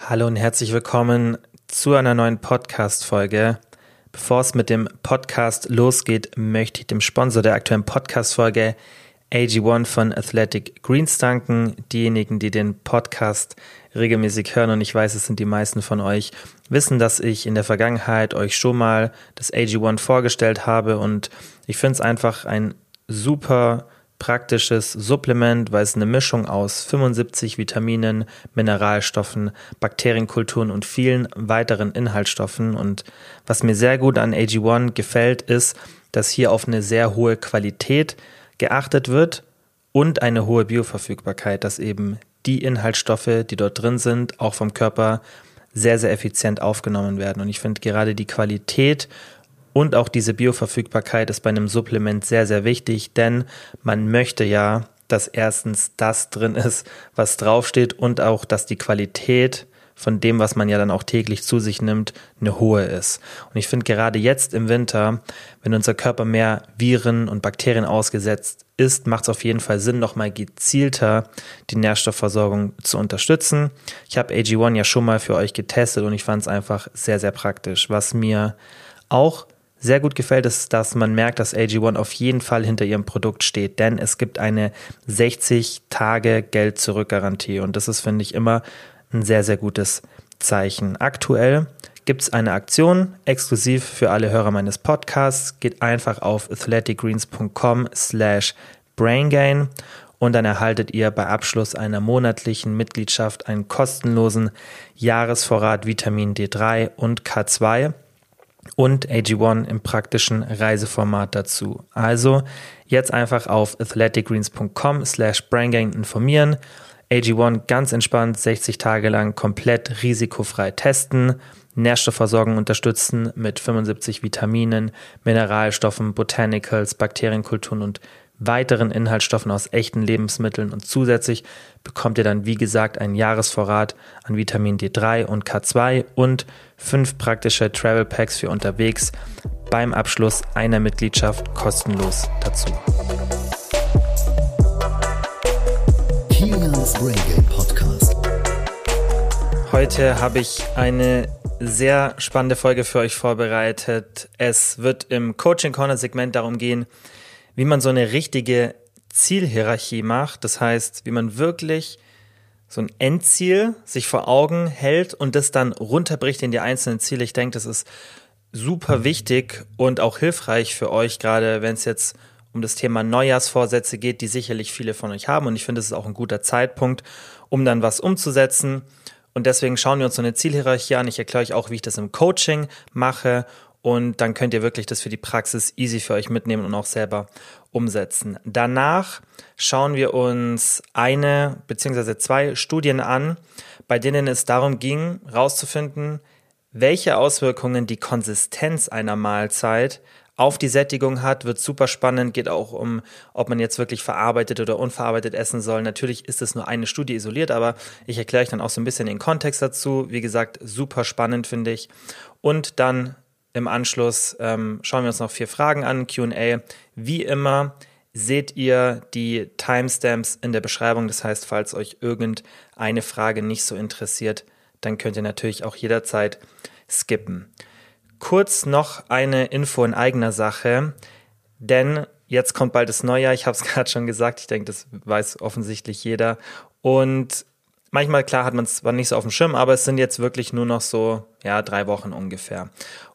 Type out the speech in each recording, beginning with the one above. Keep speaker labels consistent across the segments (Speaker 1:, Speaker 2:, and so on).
Speaker 1: Hallo und herzlich willkommen zu einer neuen Podcast-Folge. Bevor es mit dem Podcast losgeht, möchte ich dem Sponsor der aktuellen Podcast-Folge AG1 von Athletic Greens danken. Diejenigen, die den Podcast regelmäßig hören, und ich weiß, es sind die meisten von euch, wissen, dass ich in der Vergangenheit euch schon mal das AG1 vorgestellt habe, und ich finde es einfach ein super praktisches Supplement, weil es eine Mischung aus 75 Vitaminen, Mineralstoffen, Bakterienkulturen und vielen weiteren Inhaltsstoffen. Und was mir sehr gut an AG1 gefällt, ist, dass hier auf eine sehr hohe Qualität geachtet wird und eine hohe Bioverfügbarkeit, dass eben die Inhaltsstoffe, die dort drin sind, auch vom Körper sehr, sehr effizient aufgenommen werden. Und ich finde gerade die Qualität und auch diese Bioverfügbarkeit ist bei einem Supplement sehr, sehr wichtig, denn man möchte ja, dass erstens das drin ist, was draufsteht, und auch, dass die Qualität von dem, was man ja dann auch täglich zu sich nimmt, eine hohe ist. Und ich finde gerade jetzt im Winter, wenn unser Körper mehr Viren und Bakterien ausgesetzt ist, macht es auf jeden Fall Sinn, nochmal gezielter die Nährstoffversorgung zu unterstützen. Ich habe AG1 ja schon mal für euch getestet und ich fand es einfach sehr, sehr praktisch. Was mir auch sehr gut gefällt, ist, dass man merkt, dass AG1 auf jeden Fall hinter ihrem Produkt steht, denn es gibt eine 60-Tage-Geld-Zurück-Garantie, und das ist, finde ich, immer ein sehr, sehr gutes Zeichen. Aktuell gibt es eine Aktion exklusiv für alle Hörer meines Podcasts. Geht einfach auf athleticgreens.com/braingain und dann erhaltet ihr bei Abschluss einer monatlichen Mitgliedschaft einen kostenlosen Jahresvorrat Vitamin D3 und K2 und AG1 im praktischen Reiseformat dazu. Also jetzt einfach auf athleticgreens.com/braingain informieren. AG1 ganz entspannt 60 Tage lang komplett risikofrei testen, Nährstoffversorgung unterstützen mit 75 Vitaminen, Mineralstoffen, Botanicals, Bakterienkulturen und weiteren Inhaltsstoffen aus echten Lebensmitteln, und zusätzlich bekommt ihr dann, wie gesagt, einen Jahresvorrat an Vitamin D3 und K2 und 5 praktische Travel Packs für unterwegs beim Abschluss einer Mitgliedschaft kostenlos dazu. Kilians Brain Game Podcast. Heute habe ich eine sehr spannende Folge für euch vorbereitet. Es wird im Coaching Corner Segment darum gehen, wie man so eine richtige Zielhierarchie macht. Das heißt, wie man wirklich so ein Endziel sich vor Augen hält und das dann runterbricht in die einzelnen Ziele. Ich denke, das ist super wichtig und auch hilfreich für euch, gerade wenn es jetzt um das Thema Neujahrsvorsätze geht, die sicherlich viele von euch haben. Und ich finde, es ist auch ein guter Zeitpunkt, um dann was umzusetzen. Und deswegen schauen wir uns so eine Zielhierarchie an. Ich erkläre euch auch, wie ich das im Coaching mache. Und dann könnt ihr wirklich das für die Praxis easy für euch mitnehmen und auch selber umsetzen. Danach schauen wir uns eine bzw. 2 Studien an, bei denen es darum ging, herauszufinden, welche Auswirkungen die Konsistenz einer Mahlzeit auf die Sättigung hat. Wird super spannend, geht auch um, ob man jetzt wirklich verarbeitet oder unverarbeitet essen soll. Natürlich ist es nur eine Studie isoliert, aber ich erkläre euch dann auch so ein bisschen den Kontext dazu. Wie gesagt, super spannend, finde ich. Und dann im Anschluss schauen wir uns noch 4 Fragen an, Q&A. Wie immer seht ihr die Timestamps in der Beschreibung. Das heißt, falls euch irgendeine Frage nicht so interessiert, dann könnt ihr natürlich auch jederzeit skippen. Kurz noch eine Info in eigener Sache, denn jetzt kommt bald das Neujahr. Ich habe es gerade schon gesagt, ich denke, das weiß offensichtlich jeder. Und manchmal, klar, hat man es zwar nicht so auf dem Schirm, aber es sind jetzt wirklich nur noch so 3 Wochen ungefähr.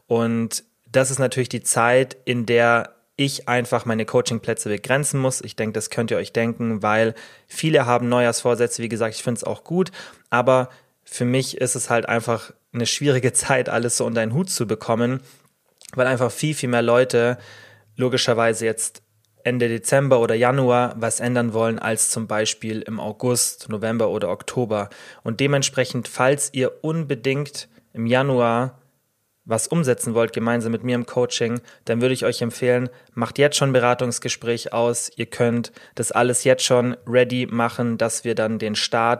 Speaker 1: Und das ist natürlich die Zeit, in der ich einfach meine Coachingplätze begrenzen muss. Ich denke, das könnt ihr euch denken, weil viele haben Neujahrsvorsätze. Wie gesagt, ich finde es auch gut, aber für mich ist es halt einfach eine schwierige Zeit, alles so unter einen Hut zu bekommen, weil einfach viel, viel mehr Leute logischerweise jetzt Ende Dezember oder Januar was ändern wollen, als zum Beispiel im August, November oder Oktober. Und dementsprechend, falls ihr unbedingt im Januar was umsetzen wollt, gemeinsam mit mir im Coaching, dann würde ich euch empfehlen, macht jetzt schon ein Beratungsgespräch aus. Ihr könnt das alles jetzt schon ready machen, dass wir dann den Start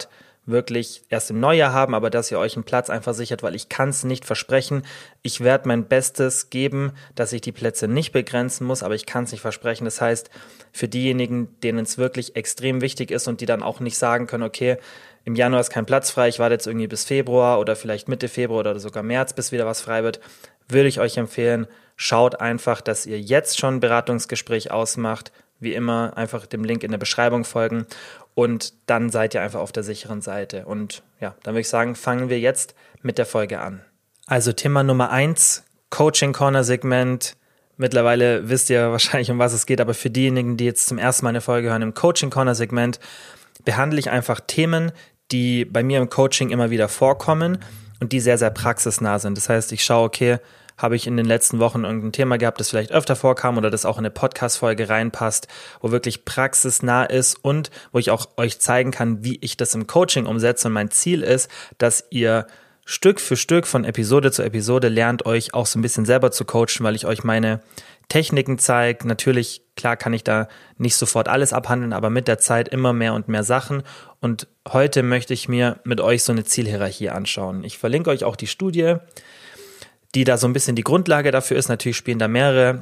Speaker 1: wirklich erst im Neujahr haben, aber dass ihr euch einen Platz einfach sichert, weil ich kann es nicht versprechen. Ich werde mein Bestes geben, dass ich die Plätze nicht begrenzen muss, aber ich kann es nicht versprechen. Das heißt, für diejenigen, denen es wirklich extrem wichtig ist und die dann auch nicht sagen können, okay, im Januar ist kein Platz frei, ich warte jetzt irgendwie bis Februar oder vielleicht Mitte Februar oder sogar März, bis wieder was frei wird, würde ich euch empfehlen, schaut einfach, dass ihr jetzt schon ein Beratungsgespräch ausmacht. Wie immer, einfach dem Link in der Beschreibung folgen und dann seid ihr einfach auf der sicheren Seite. Und ja, dann würde ich sagen, fangen wir jetzt mit der Folge an. Also Thema Nummer 1, Coaching Corner Segment. Mittlerweile wisst ihr wahrscheinlich, um was es geht, aber für diejenigen, die jetzt zum ersten Mal eine Folge hören, im Coaching Corner Segment behandle ich einfach Themen, die bei mir im Coaching immer wieder vorkommen und die sehr, sehr praxisnah sind. Das heißt, ich schaue, okay, habe ich in den letzten Wochen irgendein Thema gehabt, das vielleicht öfter vorkam oder das auch in eine Podcast-Folge reinpasst, wo wirklich praxisnah ist und wo ich auch euch zeigen kann, wie ich das im Coaching umsetze. Und mein Ziel ist, dass ihr Stück für Stück von Episode zu Episode lernt, euch auch so ein bisschen selber zu coachen, weil ich euch meine Techniken zeige. Natürlich, klar kann ich da nicht sofort alles abhandeln, aber mit der Zeit immer mehr und mehr Sachen. Und heute möchte ich mir mit euch so eine Zielhierarchie anschauen. Ich verlinke euch auch die Studie, die da so ein bisschen die Grundlage dafür ist. Natürlich spielen da mehrere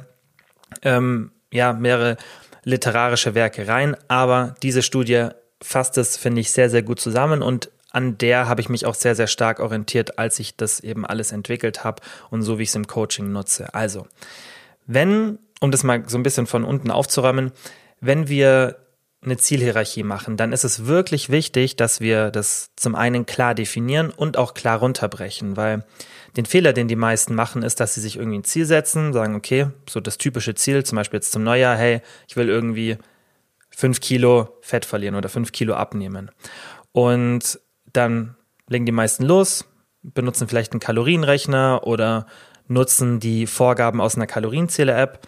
Speaker 1: literarische Werke rein, aber diese Studie fasst es, finde ich, sehr, sehr gut zusammen und an der habe ich mich auch sehr, sehr stark orientiert, als ich das eben alles entwickelt habe und so, wie ich es im Coaching nutze. Also, um das mal so ein bisschen von unten aufzuräumen, wenn wir eine Zielhierarchie machen, dann ist es wirklich wichtig, dass wir das zum einen klar definieren und auch klar runterbrechen, weil den Fehler, den die meisten machen, ist, dass sie sich irgendwie ein Ziel setzen, sagen, okay, so das typische Ziel, zum Beispiel jetzt zum Neujahr, hey, ich will irgendwie 5 Kilo Fett verlieren oder 5 Kilo abnehmen. Und dann legen die meisten los, benutzen vielleicht einen Kalorienrechner oder nutzen die Vorgaben aus einer Kalorienzähler-App,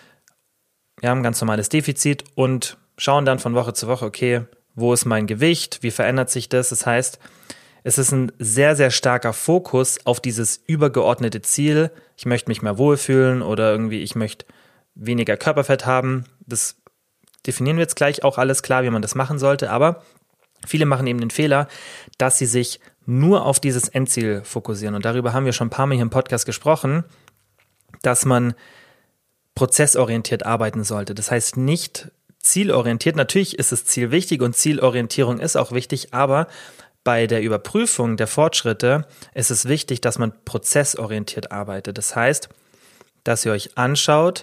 Speaker 1: ja, ein ganz normales Defizit und schauen dann von Woche zu Woche, okay, wo ist mein Gewicht, wie verändert sich das? Das heißt, es ist ein sehr, sehr starker Fokus auf dieses übergeordnete Ziel. Ich möchte mich mehr wohlfühlen oder irgendwie ich möchte weniger Körperfett haben. Das definieren wir jetzt gleich auch alles klar, wie man das machen sollte. Aber viele machen eben den Fehler, dass sie sich nur auf dieses Endziel fokussieren. Und darüber haben wir schon ein paar Mal hier im Podcast gesprochen, dass man prozessorientiert arbeiten sollte. Das heißt nicht zielorientiert. Natürlich ist das Ziel wichtig und Zielorientierung ist auch wichtig, aber bei der Überprüfung der Fortschritte ist es wichtig, dass man prozessorientiert arbeitet. Das heißt, dass ihr euch anschaut,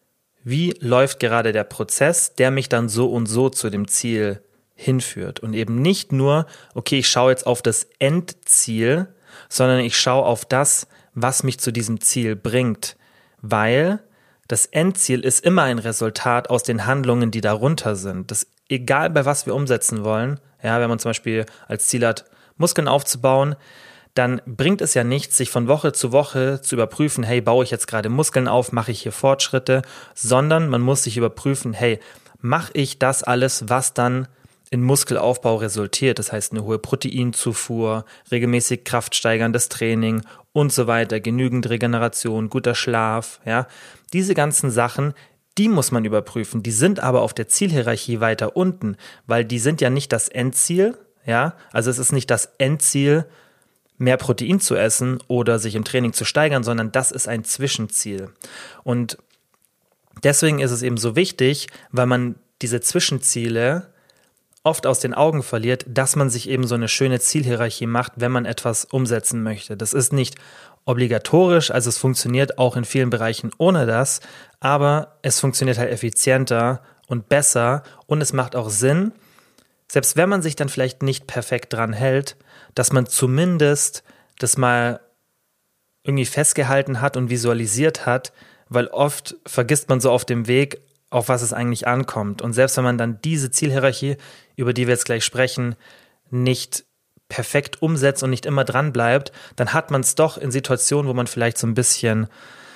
Speaker 1: wie läuft gerade der Prozess, der mich dann so und so zu dem Ziel hinführt. Und eben nicht nur, okay, ich schaue jetzt auf das Endziel, sondern ich schaue auf das, was mich zu diesem Ziel bringt. Weil das Endziel ist immer ein Resultat aus den Handlungen, die darunter sind. Das, egal bei was wir umsetzen wollen, ja, wenn man zum Beispiel als Ziel hat, Muskeln aufzubauen, dann bringt es ja nichts, sich von Woche zu Woche zu überprüfen, hey, baue ich jetzt gerade Muskeln auf, mache ich hier Fortschritte, sondern man muss sich überprüfen, hey, mache ich das alles, was dann in Muskelaufbau resultiert, das heißt eine hohe Proteinzufuhr, regelmäßig kraftsteigerndes Training und so weiter, genügend Regeneration, guter Schlaf, ja, diese ganzen Sachen, die muss man überprüfen, die sind aber auf der Zielhierarchie weiter unten, weil die sind ja nicht das Endziel, ja, also es ist nicht das Endziel, mehr Protein zu essen oder sich im Training zu steigern, sondern das ist ein Zwischenziel. Und deswegen ist es eben so wichtig, weil man diese Zwischenziele oft aus den Augen verliert, dass man sich eben so eine schöne Zielhierarchie macht, wenn man etwas umsetzen möchte. Das ist nicht obligatorisch, also es funktioniert auch in vielen Bereichen ohne das, aber es funktioniert halt effizienter und besser und es macht auch Sinn, selbst wenn man sich dann vielleicht nicht perfekt dran hält, dass man zumindest das mal irgendwie festgehalten hat und visualisiert hat, weil oft vergisst man so auf dem Weg, auf was es eigentlich ankommt. Und selbst wenn man dann diese Zielhierarchie, über die wir jetzt gleich sprechen, nicht perfekt umsetzt und nicht immer dran bleibt, dann hat man es doch in Situationen, wo man vielleicht so ein bisschen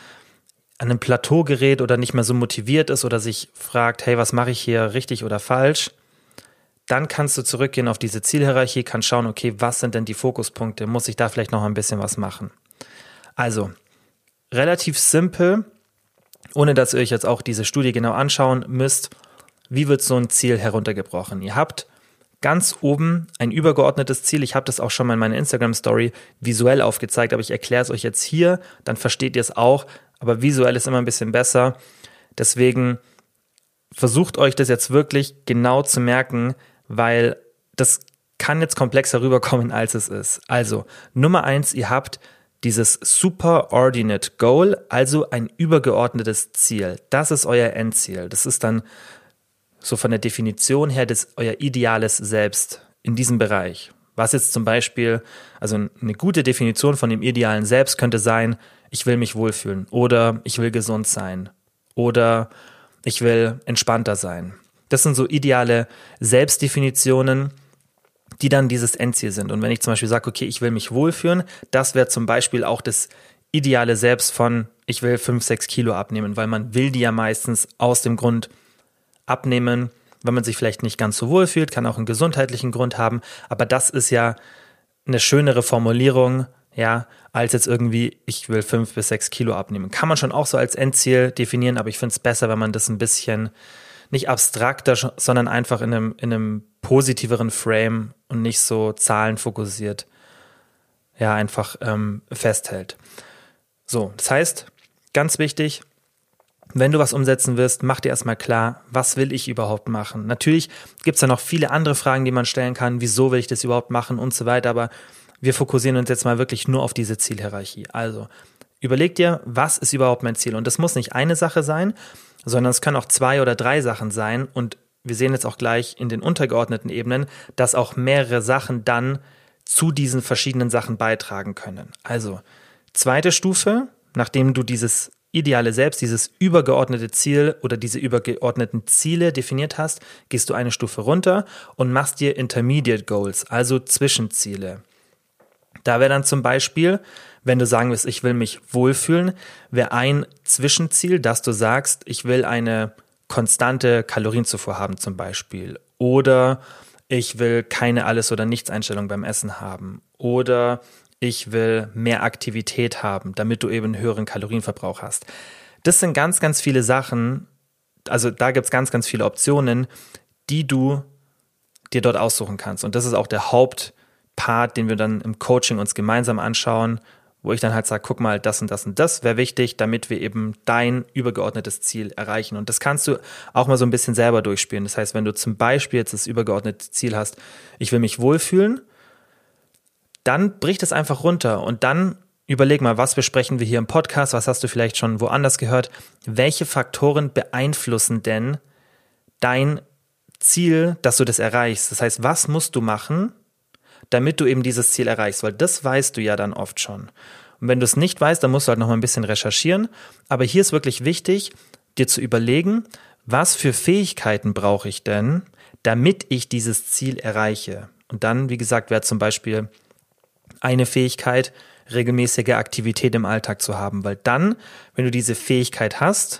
Speaker 1: an einem Plateau gerät oder nicht mehr so motiviert ist oder sich fragt, hey, was mache ich hier richtig oder falsch? Dann kannst du zurückgehen auf diese Zielhierarchie, kannst schauen, okay, was sind denn die Fokuspunkte? Muss ich da vielleicht noch ein bisschen was machen? Also, relativ simpel, ohne dass ihr euch jetzt auch diese Studie genau anschauen müsst, wie wird so ein Ziel heruntergebrochen? Ihr habt ganz oben ein übergeordnetes Ziel. Ich habe das auch schon mal in meiner Instagram-Story visuell aufgezeigt, aber ich erkläre es euch jetzt hier, dann versteht ihr es auch. Aber visuell ist immer ein bisschen besser. Deswegen versucht euch das jetzt wirklich genau zu merken, weil das kann jetzt komplexer rüberkommen, als es ist. Also, Nummer 1, ihr habt dieses Superordinate Goal, also ein übergeordnetes Ziel. Das ist euer Endziel. Das ist dann so von der Definition her euer ideales Selbst in diesem Bereich. Was jetzt zum Beispiel, also eine gute Definition von dem idealen Selbst könnte sein, ich will mich wohlfühlen oder ich will gesund sein oder ich will entspannter sein. Das sind so ideale Selbstdefinitionen, die dann dieses Endziel sind. Und wenn ich zum Beispiel sage, okay, ich will mich wohlfühlen, das wäre zum Beispiel auch das ideale Selbst von, ich will 5-6 Kilo abnehmen, weil man will die ja meistens aus dem Grund abnehmen, wenn man sich vielleicht nicht ganz so wohl fühlt, kann auch einen gesundheitlichen Grund haben, aber das ist ja eine schönere Formulierung, ja, als jetzt irgendwie, ich will 5-6 Kilo abnehmen. Kann man schon auch so als Endziel definieren, aber ich finde es besser, wenn man das ein bisschen nicht abstrakter, sondern einfach in einem positiveren Frame und nicht so zahlenfokussiert, ja, einfach festhält. So, das heißt, ganz wichtig, wenn du was umsetzen wirst, mach dir erstmal klar, was will ich überhaupt machen? Natürlich gibt es da noch viele andere Fragen, die man stellen kann, wieso will ich das überhaupt machen und so weiter, aber wir fokussieren uns jetzt mal wirklich nur auf diese Zielhierarchie. Also, überleg dir, was ist überhaupt mein Ziel? Und das muss nicht eine Sache sein, sondern es können auch 2 oder 3 Sachen sein und wir sehen jetzt auch gleich in den untergeordneten Ebenen, dass auch mehrere Sachen dann zu diesen verschiedenen Sachen beitragen können. Also, zweite Stufe, nachdem du dieses ideale Selbst, dieses übergeordnete Ziel oder diese übergeordneten Ziele definiert hast, gehst du eine Stufe runter und machst dir Intermediate Goals, also Zwischenziele. Da wäre dann zum Beispiel, wenn du sagen willst, ich will mich wohlfühlen, wäre ein Zwischenziel, dass du sagst, ich will eine konstante Kalorienzufuhr haben zum Beispiel oder ich will keine Alles- oder Nichts-Einstellung beim Essen haben oder ich will mehr Aktivität haben, damit du eben einen höheren Kalorienverbrauch hast. Das sind ganz, ganz viele Sachen, also da gibt es ganz, ganz viele Optionen, die du dir dort aussuchen kannst. Und das ist auch der Hauptpart, den wir dann im Coaching uns gemeinsam anschauen, wo ich dann halt sage, guck mal, das und das und das wäre wichtig, damit wir eben dein übergeordnetes Ziel erreichen. Und das kannst du auch mal so ein bisschen selber durchspielen. Das heißt, wenn du zum Beispiel jetzt das übergeordnete Ziel hast, ich will mich wohlfühlen, dann brich das einfach runter und dann überleg mal, was besprechen wir hier im Podcast, was hast du vielleicht schon woanders gehört, welche Faktoren beeinflussen denn dein Ziel, dass du das erreichst? Das heißt, was musst du machen, damit du eben dieses Ziel erreichst? Weil das weißt du ja dann oft schon. Und wenn du es nicht weißt, dann musst du halt noch mal ein bisschen recherchieren. Aber hier ist wirklich wichtig, dir zu überlegen, was für Fähigkeiten brauche ich denn, damit ich dieses Ziel erreiche? Und dann, wie gesagt, wäre zum Beispiel eine Fähigkeit, regelmäßige Aktivität im Alltag zu haben, weil dann, wenn du diese Fähigkeit hast,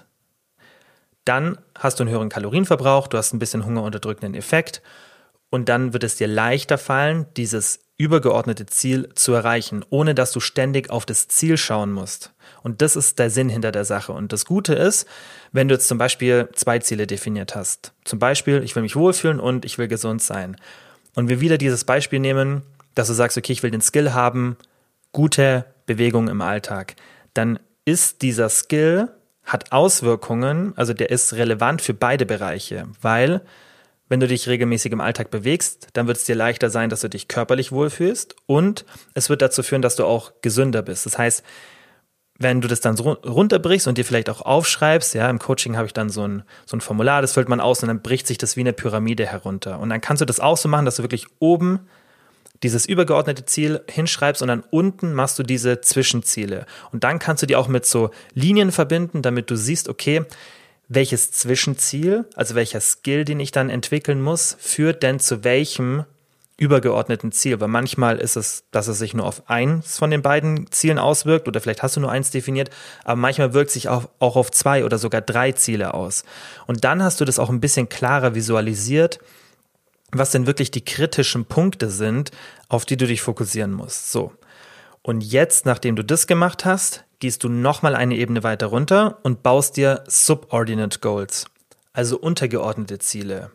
Speaker 1: dann hast du einen höheren Kalorienverbrauch, du hast ein bisschen hungerunterdrückenden Effekt und dann wird es dir leichter fallen, dieses übergeordnete Ziel zu erreichen, ohne dass du ständig auf das Ziel schauen musst. Und das ist der Sinn hinter der Sache. Und das Gute ist, wenn du jetzt zum Beispiel 2 Ziele definiert hast, zum Beispiel, ich will mich wohlfühlen und ich will gesund sein. Und wir wieder dieses Beispiel nehmen, dass du sagst, okay, ich will den Skill haben, gute Bewegung im Alltag, dann ist dieser Skill, hat Auswirkungen, also der ist relevant für beide Bereiche, weil wenn du dich regelmäßig im Alltag bewegst, dann wird es dir leichter sein, dass du dich körperlich wohlfühlst und es wird dazu führen, dass du auch gesünder bist. Das heißt, wenn du das dann so runterbrichst und dir vielleicht auch aufschreibst, ja, im Coaching habe ich dann so ein Formular, das füllt man aus und dann bricht sich das wie eine Pyramide herunter. Und dann kannst du das auch so machen, dass du wirklich oben dieses übergeordnete Ziel hinschreibst und dann unten machst du diese Zwischenziele. Und dann kannst du die auch mit so Linien verbinden, damit du siehst, okay, welches Zwischenziel, also welcher Skill, den ich dann entwickeln muss, führt denn zu welchem übergeordneten Ziel. Weil manchmal ist es, dass es sich nur auf eins von den beiden Zielen auswirkt oder vielleicht hast du nur eins definiert, aber manchmal wirkt sich auch auf 2 oder sogar 3 Ziele aus. Und dann hast du das auch ein bisschen klarer visualisiert, was denn wirklich die kritischen Punkte sind, auf die du dich fokussieren musst. So. Und jetzt, nachdem du das gemacht hast, gehst du nochmal eine Ebene weiter runter und baust dir Subordinate Goals, also untergeordnete Ziele.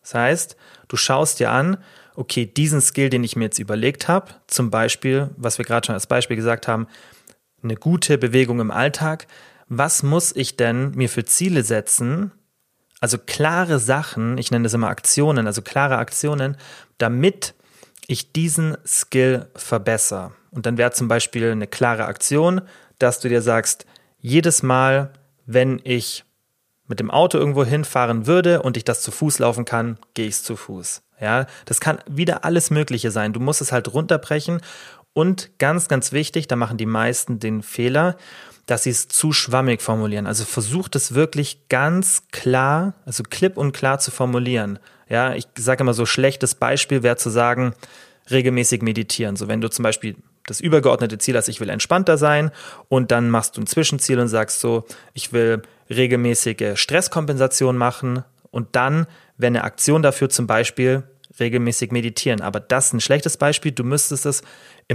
Speaker 1: Das heißt, du schaust dir an, okay, diesen Skill, den ich mir jetzt überlegt habe, zum Beispiel, was wir gerade schon als Beispiel gesagt haben, eine gute Bewegung im Alltag, was muss ich denn mir für Ziele setzen, also klare Sachen, ich nenne das immer Aktionen, also klare Aktionen, damit ich diesen Skill verbessere. Und dann wäre zum Beispiel eine klare Aktion, dass du dir sagst, jedes Mal, wenn ich mit dem Auto irgendwo hinfahren würde und ich das zu Fuß laufen kann, gehe ich es zu Fuß. Ja, das kann wieder alles Mögliche sein. Du musst es halt runterbrechen und ganz, ganz wichtig, da machen die meisten den Fehler, dass sie es zu schwammig formulieren. Also versucht es wirklich ganz klar, also klipp und klar zu formulieren. Ja, ich sage immer so, schlechtes Beispiel wäre zu sagen, regelmäßig meditieren. So wenn du zum Beispiel das übergeordnete Ziel hast, ich will entspannter sein und dann machst du ein Zwischenziel und sagst so, ich will regelmäßige Stresskompensation machen und dann wäre eine Aktion dafür zum Beispiel regelmäßig meditieren. Aber das ist ein schlechtes Beispiel. Du müsstest es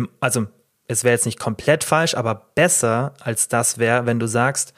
Speaker 1: es wäre jetzt nicht komplett falsch, aber besser als das wäre, wenn du sagst,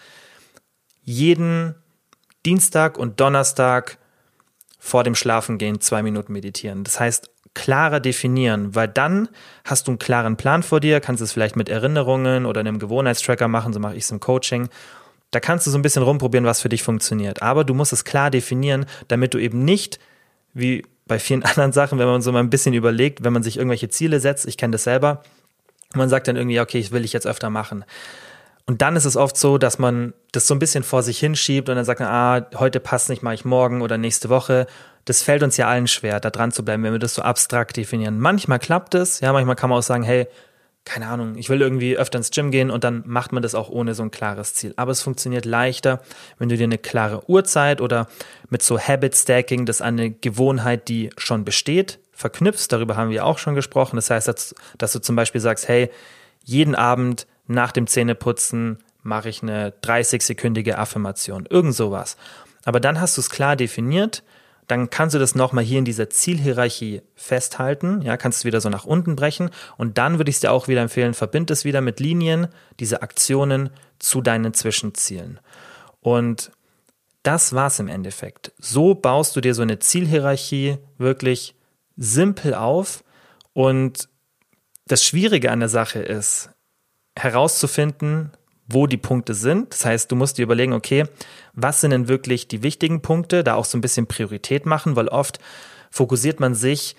Speaker 1: jeden Dienstag und Donnerstag vor dem Schlafengehen 2 Minuten meditieren. Das heißt, klarer definieren, weil dann hast du einen klaren Plan vor dir, kannst es vielleicht mit Erinnerungen oder einem Gewohnheitstracker machen, so mache ich es im Coaching. Da kannst du so ein bisschen rumprobieren, was für dich funktioniert. Aber du musst es klar definieren, damit du eben nicht, wie bei vielen anderen Sachen, wenn man so mal ein bisschen überlegt, wenn man sich irgendwelche Ziele setzt, ich kenne das selber, man sagt dann irgendwie, okay, ich will ich jetzt öfter machen. Und dann ist es oft so, dass man das so ein bisschen vor sich hinschiebt und dann sagt man, heute passt nicht, mache ich morgen oder nächste Woche. Das fällt uns ja allen schwer, da dran zu bleiben, wenn wir das so abstrakt definieren. Manchmal klappt es, ja, manchmal kann man auch sagen, hey, keine Ahnung, ich will irgendwie öfter ins Gym gehen und dann macht man das auch ohne so ein klares Ziel. Aber es funktioniert leichter, wenn du dir eine klare Uhrzeit oder mit so Habit Stacking, das eine Gewohnheit, die schon besteht, verknüpfst. Darüber haben wir auch schon gesprochen. Das heißt, dass du zum Beispiel sagst, hey, jeden Abend nach dem Zähneputzen mache ich eine 30-sekündige Affirmation, irgend sowas. Aber dann hast du es klar definiert, dann kannst du das nochmal hier in dieser Zielhierarchie festhalten, ja, kannst es wieder so nach unten brechen und dann würde ich es dir auch wieder empfehlen, verbind es wieder mit Linien, diese Aktionen zu deinen Zwischenzielen. Und das war's im Endeffekt. So baust du dir so eine Zielhierarchie wirklich simpel auf und das Schwierige an der Sache ist, herauszufinden, wo die Punkte sind. Das heißt, du musst dir überlegen, okay, was sind denn wirklich die wichtigen Punkte, da auch so ein bisschen Priorität machen, weil oft fokussiert man sich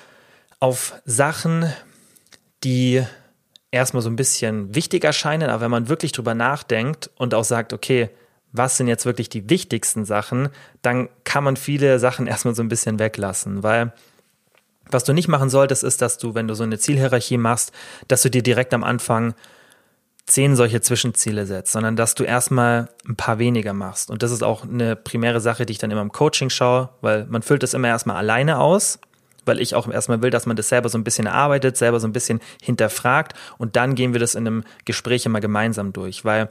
Speaker 1: auf Sachen, die erstmal so ein bisschen wichtig erscheinen, aber wenn man wirklich drüber nachdenkt und auch sagt, okay, was sind jetzt wirklich die wichtigsten Sachen, dann kann man viele Sachen erstmal so ein bisschen weglassen, weil was du nicht machen solltest, ist, dass du, wenn du so eine Zielhierarchie machst, dass du dir direkt am Anfang 10 solche Zwischenziele setzt, sondern dass du erstmal ein paar weniger machst. Und das ist auch eine primäre Sache, die ich dann immer im Coaching schaue, weil man füllt das immer erstmal alleine aus, weil ich auch erstmal will, dass man das selber so ein bisschen erarbeitet, selber so ein bisschen hinterfragt und dann gehen wir das in einem Gespräch immer gemeinsam durch, weil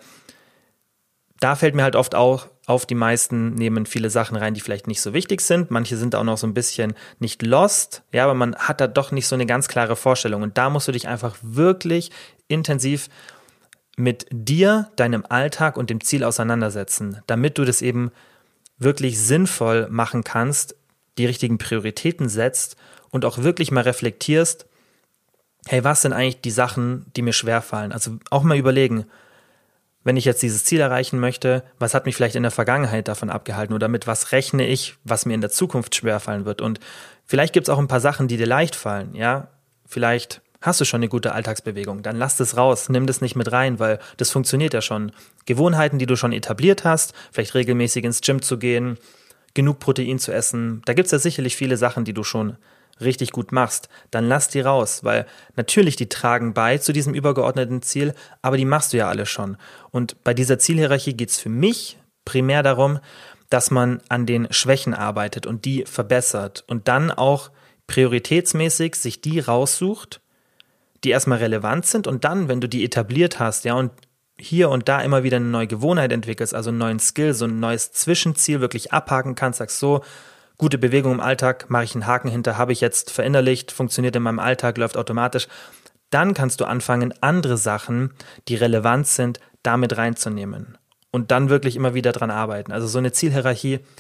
Speaker 1: da fällt mir halt oft auch auf, die meisten nehmen viele Sachen rein, die vielleicht nicht so wichtig sind. Manche sind auch noch so ein bisschen nicht lost, ja, aber man hat da doch nicht so eine ganz klare Vorstellung. Und da musst du dich einfach wirklich intensiv mit dir, deinem Alltag und dem Ziel auseinandersetzen, damit du das eben wirklich sinnvoll machen kannst, die richtigen Prioritäten setzt und auch wirklich mal reflektierst, hey, was sind eigentlich die Sachen, die mir schwerfallen? Also auch mal überlegen, wenn ich jetzt dieses Ziel erreichen möchte, was hat mich vielleicht in der Vergangenheit davon abgehalten oder mit was rechne ich, was mir in der Zukunft schwerfallen wird? Und vielleicht gibt es auch ein paar Sachen, die dir leicht fallen, ja? Vielleicht hast du schon eine gute Alltagsbewegung, dann lass das raus, nimm das nicht mit rein, weil das funktioniert ja schon. Gewohnheiten, die du schon etabliert hast, vielleicht regelmäßig ins Gym zu gehen, genug Protein zu essen, da gibt es ja sicherlich viele Sachen, die du schon richtig gut machst, dann lass die raus, weil natürlich die tragen bei zu diesem übergeordneten Ziel, aber die machst du ja alle schon. Und bei dieser Zielhierarchie geht es für mich primär darum, dass man an den Schwächen arbeitet und die verbessert und dann auch prioritätsmäßig sich die raussucht, die erstmal relevant sind und dann, wenn du die etabliert hast, ja, und hier und da immer wieder eine neue Gewohnheit entwickelst, also einen neuen Skill, so ein neues Zwischenziel wirklich abhaken kannst, sagst so, gute Bewegung im Alltag, mache ich einen Haken hinter, habe ich jetzt verinnerlicht, funktioniert in meinem Alltag, läuft automatisch, dann kannst du anfangen, andere Sachen, die relevant sind, damit reinzunehmen und dann wirklich immer wieder dran arbeiten. Also so eine Zielhierarchie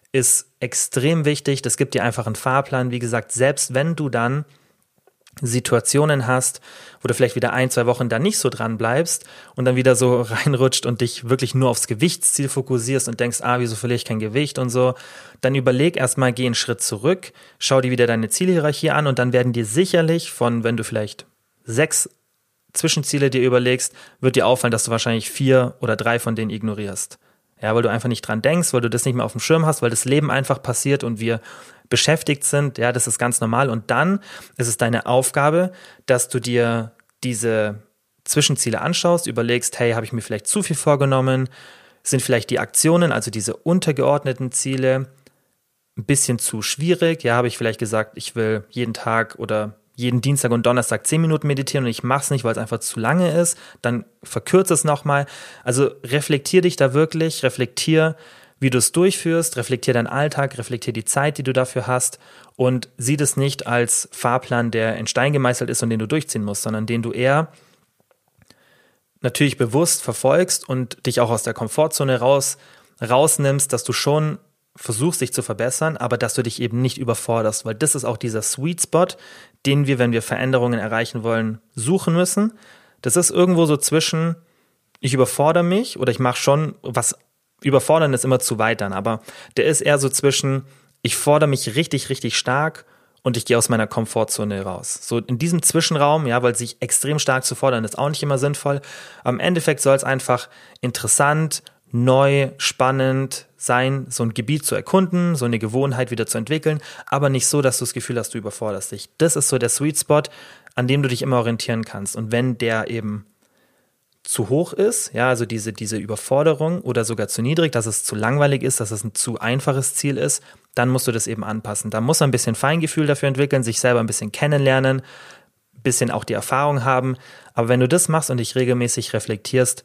Speaker 1: ist extrem wichtig. Das gibt dir einfach einen Fahrplan. Wie gesagt, selbst wenn du dann Situationen hast, wo du vielleicht wieder 1-2 Wochen da nicht so dran bleibst und dann wieder so reinrutscht und dich wirklich nur aufs Gewichtsziel fokussierst und denkst, wieso verliere ich kein Gewicht und so, dann überleg erstmal, geh einen Schritt zurück, schau dir wieder deine Zielhierarchie an und dann werden dir sicherlich wenn du vielleicht 6 Zwischenziele dir überlegst, wird dir auffallen, dass du wahrscheinlich 4 oder 3 von denen ignorierst. Ja, weil du einfach nicht dran denkst, weil du das nicht mehr auf dem Schirm hast, weil das Leben einfach passiert und wir beschäftigt sind. Ja, das ist ganz normal. Und dann ist es deine Aufgabe, dass du dir diese Zwischenziele anschaust, überlegst, hey, habe ich mir vielleicht zu viel vorgenommen? Sind vielleicht die Aktionen, also diese untergeordneten Ziele, ein bisschen zu schwierig? Ja, habe ich vielleicht gesagt, ich will jeden Tag oder jeden Dienstag und Donnerstag 10 Minuten meditieren und ich mache es nicht, weil es einfach zu lange ist, dann verkürze es nochmal. Also reflektier dich da wirklich, reflektier, wie du es durchführst, reflektier deinen Alltag, reflektier die Zeit, die du dafür hast und sieh das nicht als Fahrplan, der in Stein gemeißelt ist und den du durchziehen musst, sondern den du eher natürlich bewusst verfolgst und dich auch aus der Komfortzone rausnimmst, dass du schon versuchst, dich zu verbessern, aber dass du dich eben nicht überforderst, weil das ist auch dieser Sweet Spot, den wir, wenn wir Veränderungen erreichen wollen, suchen müssen. Das ist irgendwo so zwischen, ich überfordere mich oder ich mache schon was, überfordern ist immer zu weit dann, aber der ist eher so zwischen, ich fordere mich richtig, richtig stark und ich gehe aus meiner Komfortzone raus. So in diesem Zwischenraum, ja, weil sich extrem stark zu fordern, ist auch nicht immer sinnvoll. Aber im Endeffekt soll es einfach interessant, neu, spannend sein, so ein Gebiet zu erkunden, so eine Gewohnheit wieder zu entwickeln, aber nicht so, dass du das Gefühl hast, du überforderst dich. Das ist so der Sweet Spot, an dem du dich immer orientieren kannst. Und wenn der eben zu hoch ist, ja, also diese Überforderung oder sogar zu niedrig, dass es zu langweilig ist, dass es ein zu einfaches Ziel ist, dann musst du das eben anpassen. Da muss man ein bisschen Feingefühl dafür entwickeln, sich selber ein bisschen kennenlernen, ein bisschen auch die Erfahrung haben. Aber wenn du das machst und dich regelmäßig reflektierst,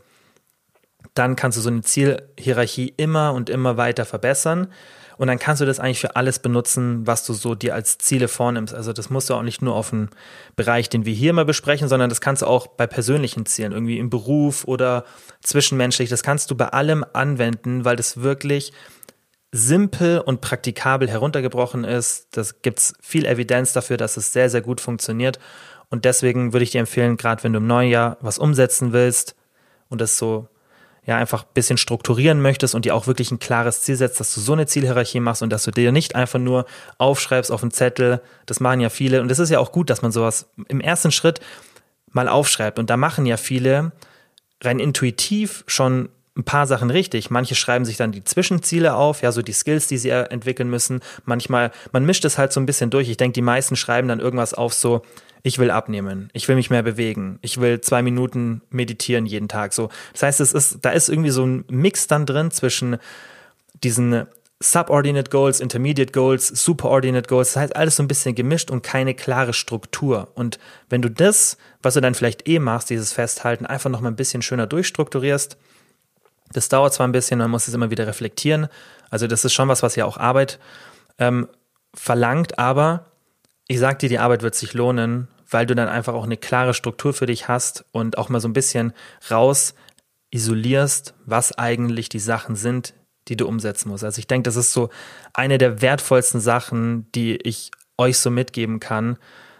Speaker 1: dann kannst du so eine Zielhierarchie immer und immer weiter verbessern und dann kannst du das eigentlich für alles benutzen, was du so dir als Ziele vornimmst. Also das musst du auch nicht nur auf einen Bereich, den wir hier mal besprechen, sondern das kannst du auch bei persönlichen Zielen, irgendwie im Beruf oder zwischenmenschlich, das kannst du bei allem anwenden, weil das wirklich simpel und praktikabel heruntergebrochen ist. Das gibt's viel Evidenz dafür, dass es sehr, sehr gut funktioniert und deswegen würde ich dir empfehlen, gerade wenn du im neuen Jahr was umsetzen willst und das so einfach ein bisschen strukturieren möchtest und dir auch wirklich ein klares Ziel setzt, dass du so eine Zielhierarchie machst und dass du dir nicht einfach nur aufschreibst auf einen Zettel, das machen ja viele und es ist ja auch gut, dass man sowas im ersten Schritt mal aufschreibt und da machen ja viele rein intuitiv schon ein paar Sachen richtig. Manche schreiben sich dann die Zwischenziele auf, ja, so die Skills, die sie entwickeln müssen. Manchmal, man mischt es halt so ein bisschen durch. Ich denke, die meisten schreiben dann irgendwas auf so, ich will abnehmen, ich will mich mehr bewegen, ich will 2 Minuten meditieren jeden Tag. So, das heißt, da ist irgendwie so ein Mix dann drin zwischen diesen Subordinate Goals, Intermediate Goals, Superordinate Goals. Das heißt, alles so ein bisschen gemischt und keine klare Struktur. Und wenn du das, was du dann vielleicht machst, dieses Festhalten, einfach noch mal ein bisschen schöner durchstrukturierst, das dauert zwar ein bisschen, man muss es immer wieder reflektieren. Also das ist schon was ja auch Arbeit verlangt, aber ich sag dir, die Arbeit wird sich lohnen, weil du dann einfach auch eine klare Struktur für dich hast und auch mal so ein bisschen raus isolierst, was eigentlich die Sachen sind, die du umsetzen musst. Also ich denke, das ist so eine der wertvollsten Sachen, die ich euch so mitgeben kann,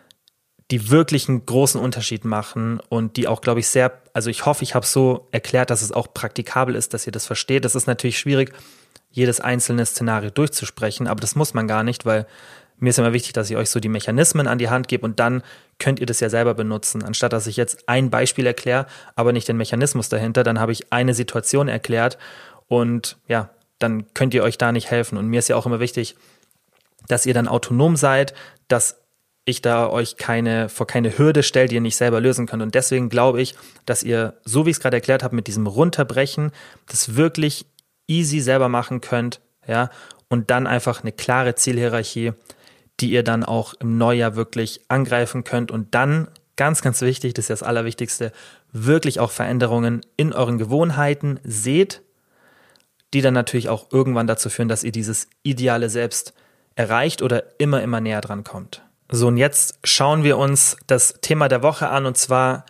Speaker 1: die wirklich einen großen Unterschied machen und die auch, glaube ich, also ich hoffe, ich habe es so erklärt, dass es auch praktikabel ist, dass ihr das versteht. Das ist natürlich schwierig, jedes einzelne Szenario durchzusprechen, aber das muss man gar nicht, weil mir ist immer wichtig, dass ich euch so die Mechanismen an die Hand gebe und dann könnt ihr das ja selber benutzen. Anstatt dass ich jetzt ein Beispiel erkläre, aber nicht den Mechanismus dahinter, dann habe ich eine Situation erklärt und ja, dann könnt ihr euch da nicht helfen. Und mir ist ja auch immer wichtig, dass ihr dann autonom seid, dass ich da euch vor keine Hürde stelle, die ihr nicht selber lösen könnt. Und deswegen glaube ich, dass ihr, so wie ich es gerade erklärt habe, mit diesem Runterbrechen, das wirklich easy selber machen könnt, ja, und dann einfach eine klare Zielhierarchie, die ihr dann auch im Neujahr wirklich angreifen könnt und dann, ganz, ganz wichtig, das ist das Allerwichtigste, wirklich auch Veränderungen in euren Gewohnheiten seht, die dann natürlich auch irgendwann dazu führen, dass ihr dieses ideale Selbst erreicht oder immer, immer näher dran kommt. So, und jetzt schauen wir uns das Thema der Woche an, und zwar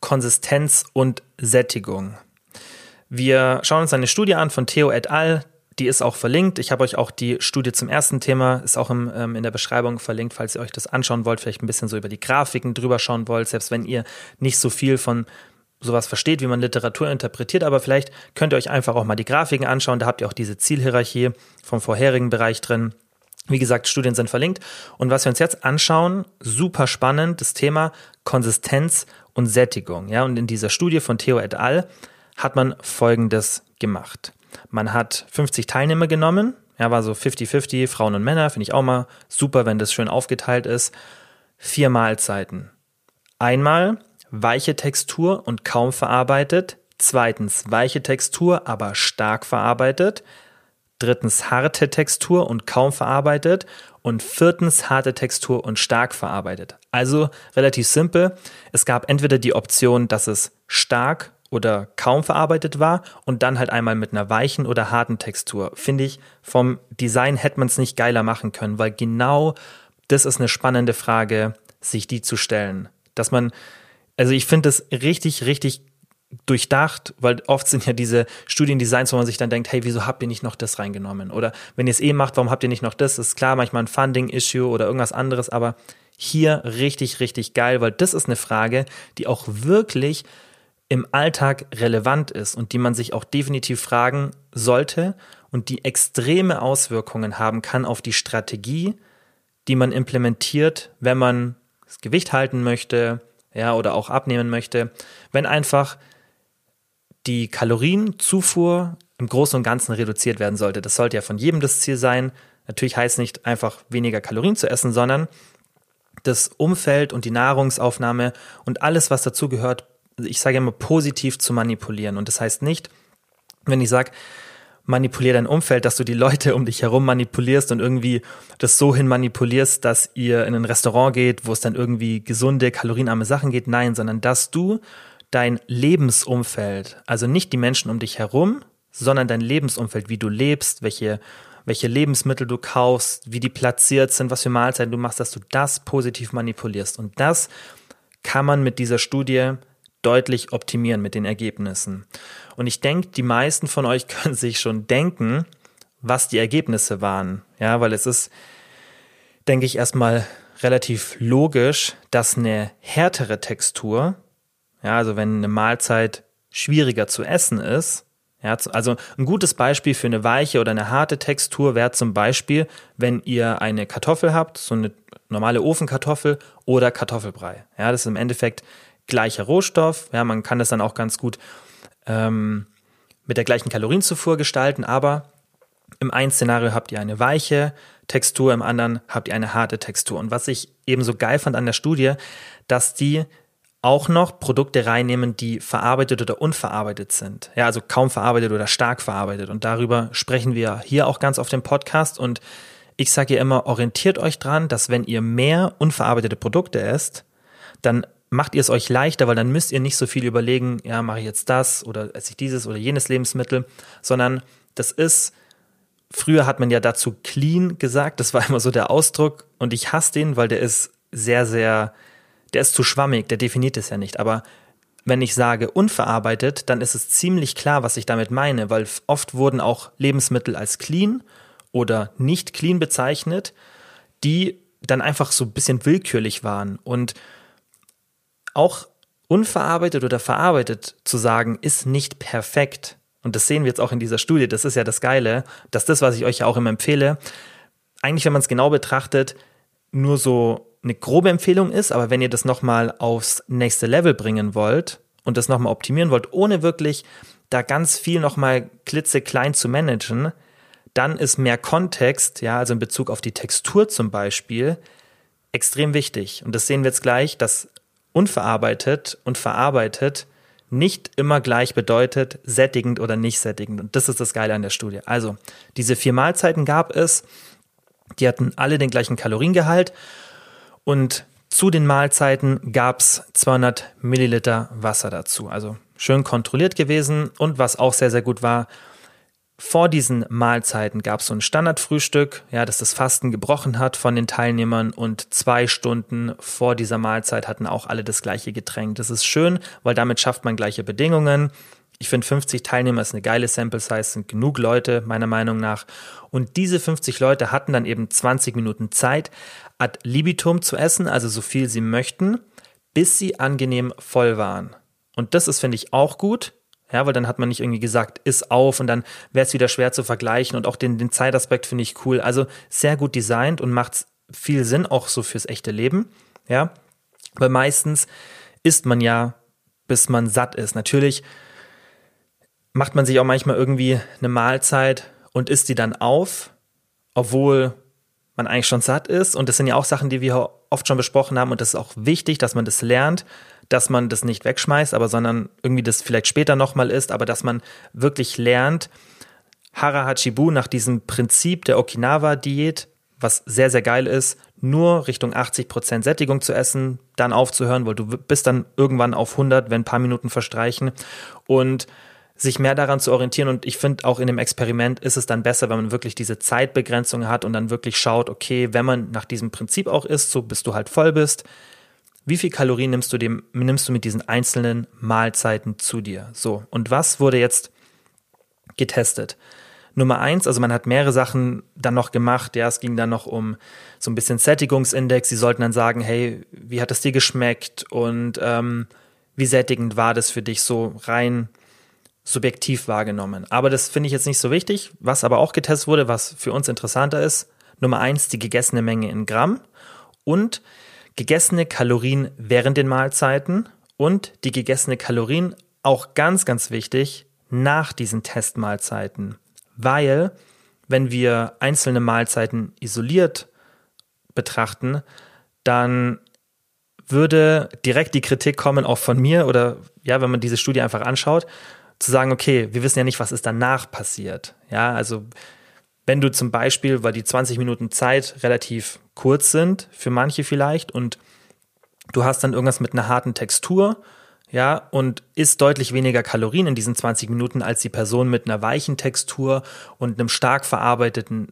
Speaker 1: Konsistenz und Sättigung. Wir schauen uns eine Studie an von Theo et al., die ist auch verlinkt. Ich habe euch auch die Studie zum ersten Thema, ist auch in der Beschreibung verlinkt, falls ihr euch das anschauen wollt, vielleicht ein bisschen so über die Grafiken drüber schauen wollt, selbst wenn ihr nicht so viel von sowas versteht, wie man Literatur interpretiert, aber vielleicht könnt ihr euch einfach auch mal die Grafiken anschauen, da habt ihr auch diese Zielhierarchie vom vorherigen Bereich drin. Wie gesagt, Studien sind verlinkt. Und was wir uns jetzt anschauen, super spannend, das Thema Konsistenz und Sättigung. Ja, und in dieser Studie von Theo et al. Hat man Folgendes gemacht. Man hat 50 Teilnehmer genommen, ja, war so 50-50, Frauen und Männer, finde ich auch mal super, wenn das schön aufgeteilt ist. 4 Mahlzeiten. Einmal weiche Textur und kaum verarbeitet. Zweitens weiche Textur, aber stark verarbeitet. Drittens harte Textur und kaum verarbeitet. Und viertens harte Textur und stark verarbeitet. Also relativ simpel. Es gab entweder die Option, dass es stark oder kaum verarbeitet war und dann halt einmal mit einer weichen oder harten Textur. Finde ich, vom Design hätte man es nicht geiler machen können, weil genau das ist eine spannende Frage, sich die zu stellen. Also ich finde das richtig, richtig durchdacht, weil oft sind ja diese Studiendesigns, wo man sich dann denkt, hey, wieso habt ihr nicht noch das reingenommen? Oder wenn ihr es macht, warum habt ihr nicht noch das? Das ist klar, manchmal ein Funding-Issue oder irgendwas anderes, aber hier richtig, richtig geil, weil das ist eine Frage, die auch wirklich im Alltag relevant ist und die man sich auch definitiv fragen sollte und die extreme Auswirkungen haben kann auf die Strategie, die man implementiert, wenn man das Gewicht halten möchte, ja, oder auch abnehmen möchte, wenn einfach die Kalorienzufuhr im Großen und Ganzen reduziert werden sollte. Das sollte ja von jedem das Ziel sein. Natürlich heißt nicht einfach weniger Kalorien zu essen, sondern das Umfeld und die Nahrungsaufnahme und alles, was dazu gehört, ich sage immer, positiv zu manipulieren. Und das heißt nicht, wenn ich sage, manipulier dein Umfeld, dass du die Leute um dich herum manipulierst und irgendwie das so hin manipulierst, dass ihr in ein Restaurant geht, wo es dann irgendwie gesunde, kalorienarme Sachen geht. Nein, sondern dass du dein Lebensumfeld, also nicht die Menschen um dich herum, sondern dein Lebensumfeld, wie du lebst, welche Lebensmittel du kaufst, wie die platziert sind, was für Mahlzeiten du machst, dass du das positiv manipulierst. Und das kann man mit dieser Studie deutlich optimieren mit den Ergebnissen. Und ich denke, die meisten von euch können sich schon denken, was die Ergebnisse waren. Ja, weil es ist, denke ich, erstmal relativ logisch, dass eine härtere Textur, ja, also wenn eine Mahlzeit schwieriger zu essen ist, ja, also ein gutes Beispiel für eine weiche oder eine harte Textur wäre zum Beispiel, wenn ihr eine Kartoffel habt, so eine normale Ofenkartoffel oder Kartoffelbrei. Ja, das ist im Endeffekt gleicher Rohstoff, ja, man kann das dann auch ganz gut mit der gleichen Kalorienzufuhr gestalten, aber im einen Szenario habt ihr eine weiche Textur, im anderen habt ihr eine harte Textur. Und was ich eben so geil fand an der Studie, dass die auch noch Produkte reinnehmen, die verarbeitet oder unverarbeitet sind. Ja, also kaum verarbeitet oder stark verarbeitet. Und darüber sprechen wir hier auch ganz auf dem Podcast. Und ich sage ja immer, orientiert euch dran, dass wenn ihr mehr unverarbeitete Produkte esst, dann macht ihr es euch leichter, weil dann müsst ihr nicht so viel überlegen, ja, mache ich jetzt das oder esse ich dieses oder jenes Lebensmittel, sondern das ist, früher hat man ja dazu clean gesagt, das war immer so der Ausdruck und ich hasse den, weil der ist sehr, sehr, der ist zu schwammig, der definiert es ja nicht, aber wenn ich sage unverarbeitet, dann ist es ziemlich klar, was ich damit meine, weil oft wurden auch Lebensmittel als clean oder nicht clean bezeichnet, die dann einfach so ein bisschen willkürlich waren und auch unverarbeitet oder verarbeitet zu sagen, ist nicht perfekt. Und das sehen wir jetzt auch in dieser Studie. Das ist ja das Geile, dass das, was ich euch ja auch immer empfehle, eigentlich, wenn man es genau betrachtet, nur so eine grobe Empfehlung ist. Aber wenn ihr das nochmal aufs nächste Level bringen wollt und das nochmal optimieren wollt, ohne wirklich da ganz viel nochmal klitzeklein zu managen, dann ist mehr Kontext, ja, also in Bezug auf die Textur zum Beispiel, extrem wichtig. Und das sehen wir jetzt gleich, dass unverarbeitet und verarbeitet nicht immer gleich bedeutet, sättigend oder nicht sättigend. Und das ist das Geile an der Studie. Also, diese 4 Mahlzeiten gab es, die hatten alle den gleichen Kaloriengehalt und zu den Mahlzeiten gab es 200 Milliliter Wasser dazu. Also schön kontrolliert gewesen und was auch sehr, sehr gut war, vor diesen Mahlzeiten gab es so ein Standardfrühstück, ja, das das Fasten gebrochen hat von den Teilnehmern und 2 Stunden vor dieser Mahlzeit hatten auch alle das gleiche Getränk. Das ist schön, weil damit schafft man gleiche Bedingungen. Ich finde 50 Teilnehmer ist eine geile Sample Size, sind genug Leute, meiner Meinung nach. Und diese 50 Leute hatten dann eben 20 Minuten Zeit, ad libitum zu essen, also so viel sie möchten, bis sie angenehm voll waren. Und das ist, finde ich, auch gut, ja, weil dann hat man nicht irgendwie gesagt, iss auf und dann wäre es wieder schwer zu vergleichen und auch den Zeitaspekt finde ich cool. Also sehr gut designt und macht viel Sinn, auch so fürs echte Leben, ja. Weil meistens isst man ja, bis man satt ist. Natürlich macht man sich auch manchmal irgendwie eine Mahlzeit und isst die dann auf, obwohl man eigentlich schon satt ist. Und das sind ja auch Sachen, die wir oft schon besprochen haben. Und das ist auch wichtig, dass man das lernt, dass man das nicht wegschmeißt, aber sondern irgendwie das vielleicht später nochmal isst, aber dass man wirklich lernt, Hara Hachibu nach diesem Prinzip der Okinawa-Diät, was sehr, sehr geil ist, nur Richtung 80% Sättigung zu essen, dann aufzuhören, weil du bist dann irgendwann auf 100, wenn ein paar Minuten verstreichen und sich mehr daran zu orientieren. Und ich finde, auch in dem Experiment ist es dann besser, wenn man wirklich diese Zeitbegrenzung hat und dann wirklich schaut, okay, wenn man nach diesem Prinzip auch isst, so bis du halt voll bist, wie viel Kalorien nimmst du mit diesen einzelnen Mahlzeiten zu dir? So, und was wurde jetzt getestet? Nummer 1, also man hat mehrere Sachen dann noch gemacht, ja, es ging dann noch um so ein bisschen Sättigungsindex, sie sollten dann sagen, hey, wie hat es dir geschmeckt und wie sättigend war das für dich so rein subjektiv wahrgenommen. Aber das finde ich jetzt nicht so wichtig. Was aber auch getestet wurde, was für uns interessanter ist, Nummer 1, die gegessene Menge in Gramm und gegessene Kalorien während den Mahlzeiten und die gegessene Kalorien, auch ganz, ganz wichtig, nach diesen Testmahlzeiten. Weil, wenn wir einzelne Mahlzeiten isoliert betrachten, dann würde direkt die Kritik kommen, auch von mir oder ja, wenn man diese Studie einfach anschaut, zu sagen, okay, wir wissen ja nicht, was ist danach passiert. Ja, also wenn du zum Beispiel, weil die 20 Minuten Zeit relativ kurz sind, für manche vielleicht, und du hast dann irgendwas mit einer harten Textur, ja, und isst deutlich weniger Kalorien in diesen 20 Minuten als die Person mit einer weichen Textur und einer stark verarbeiteten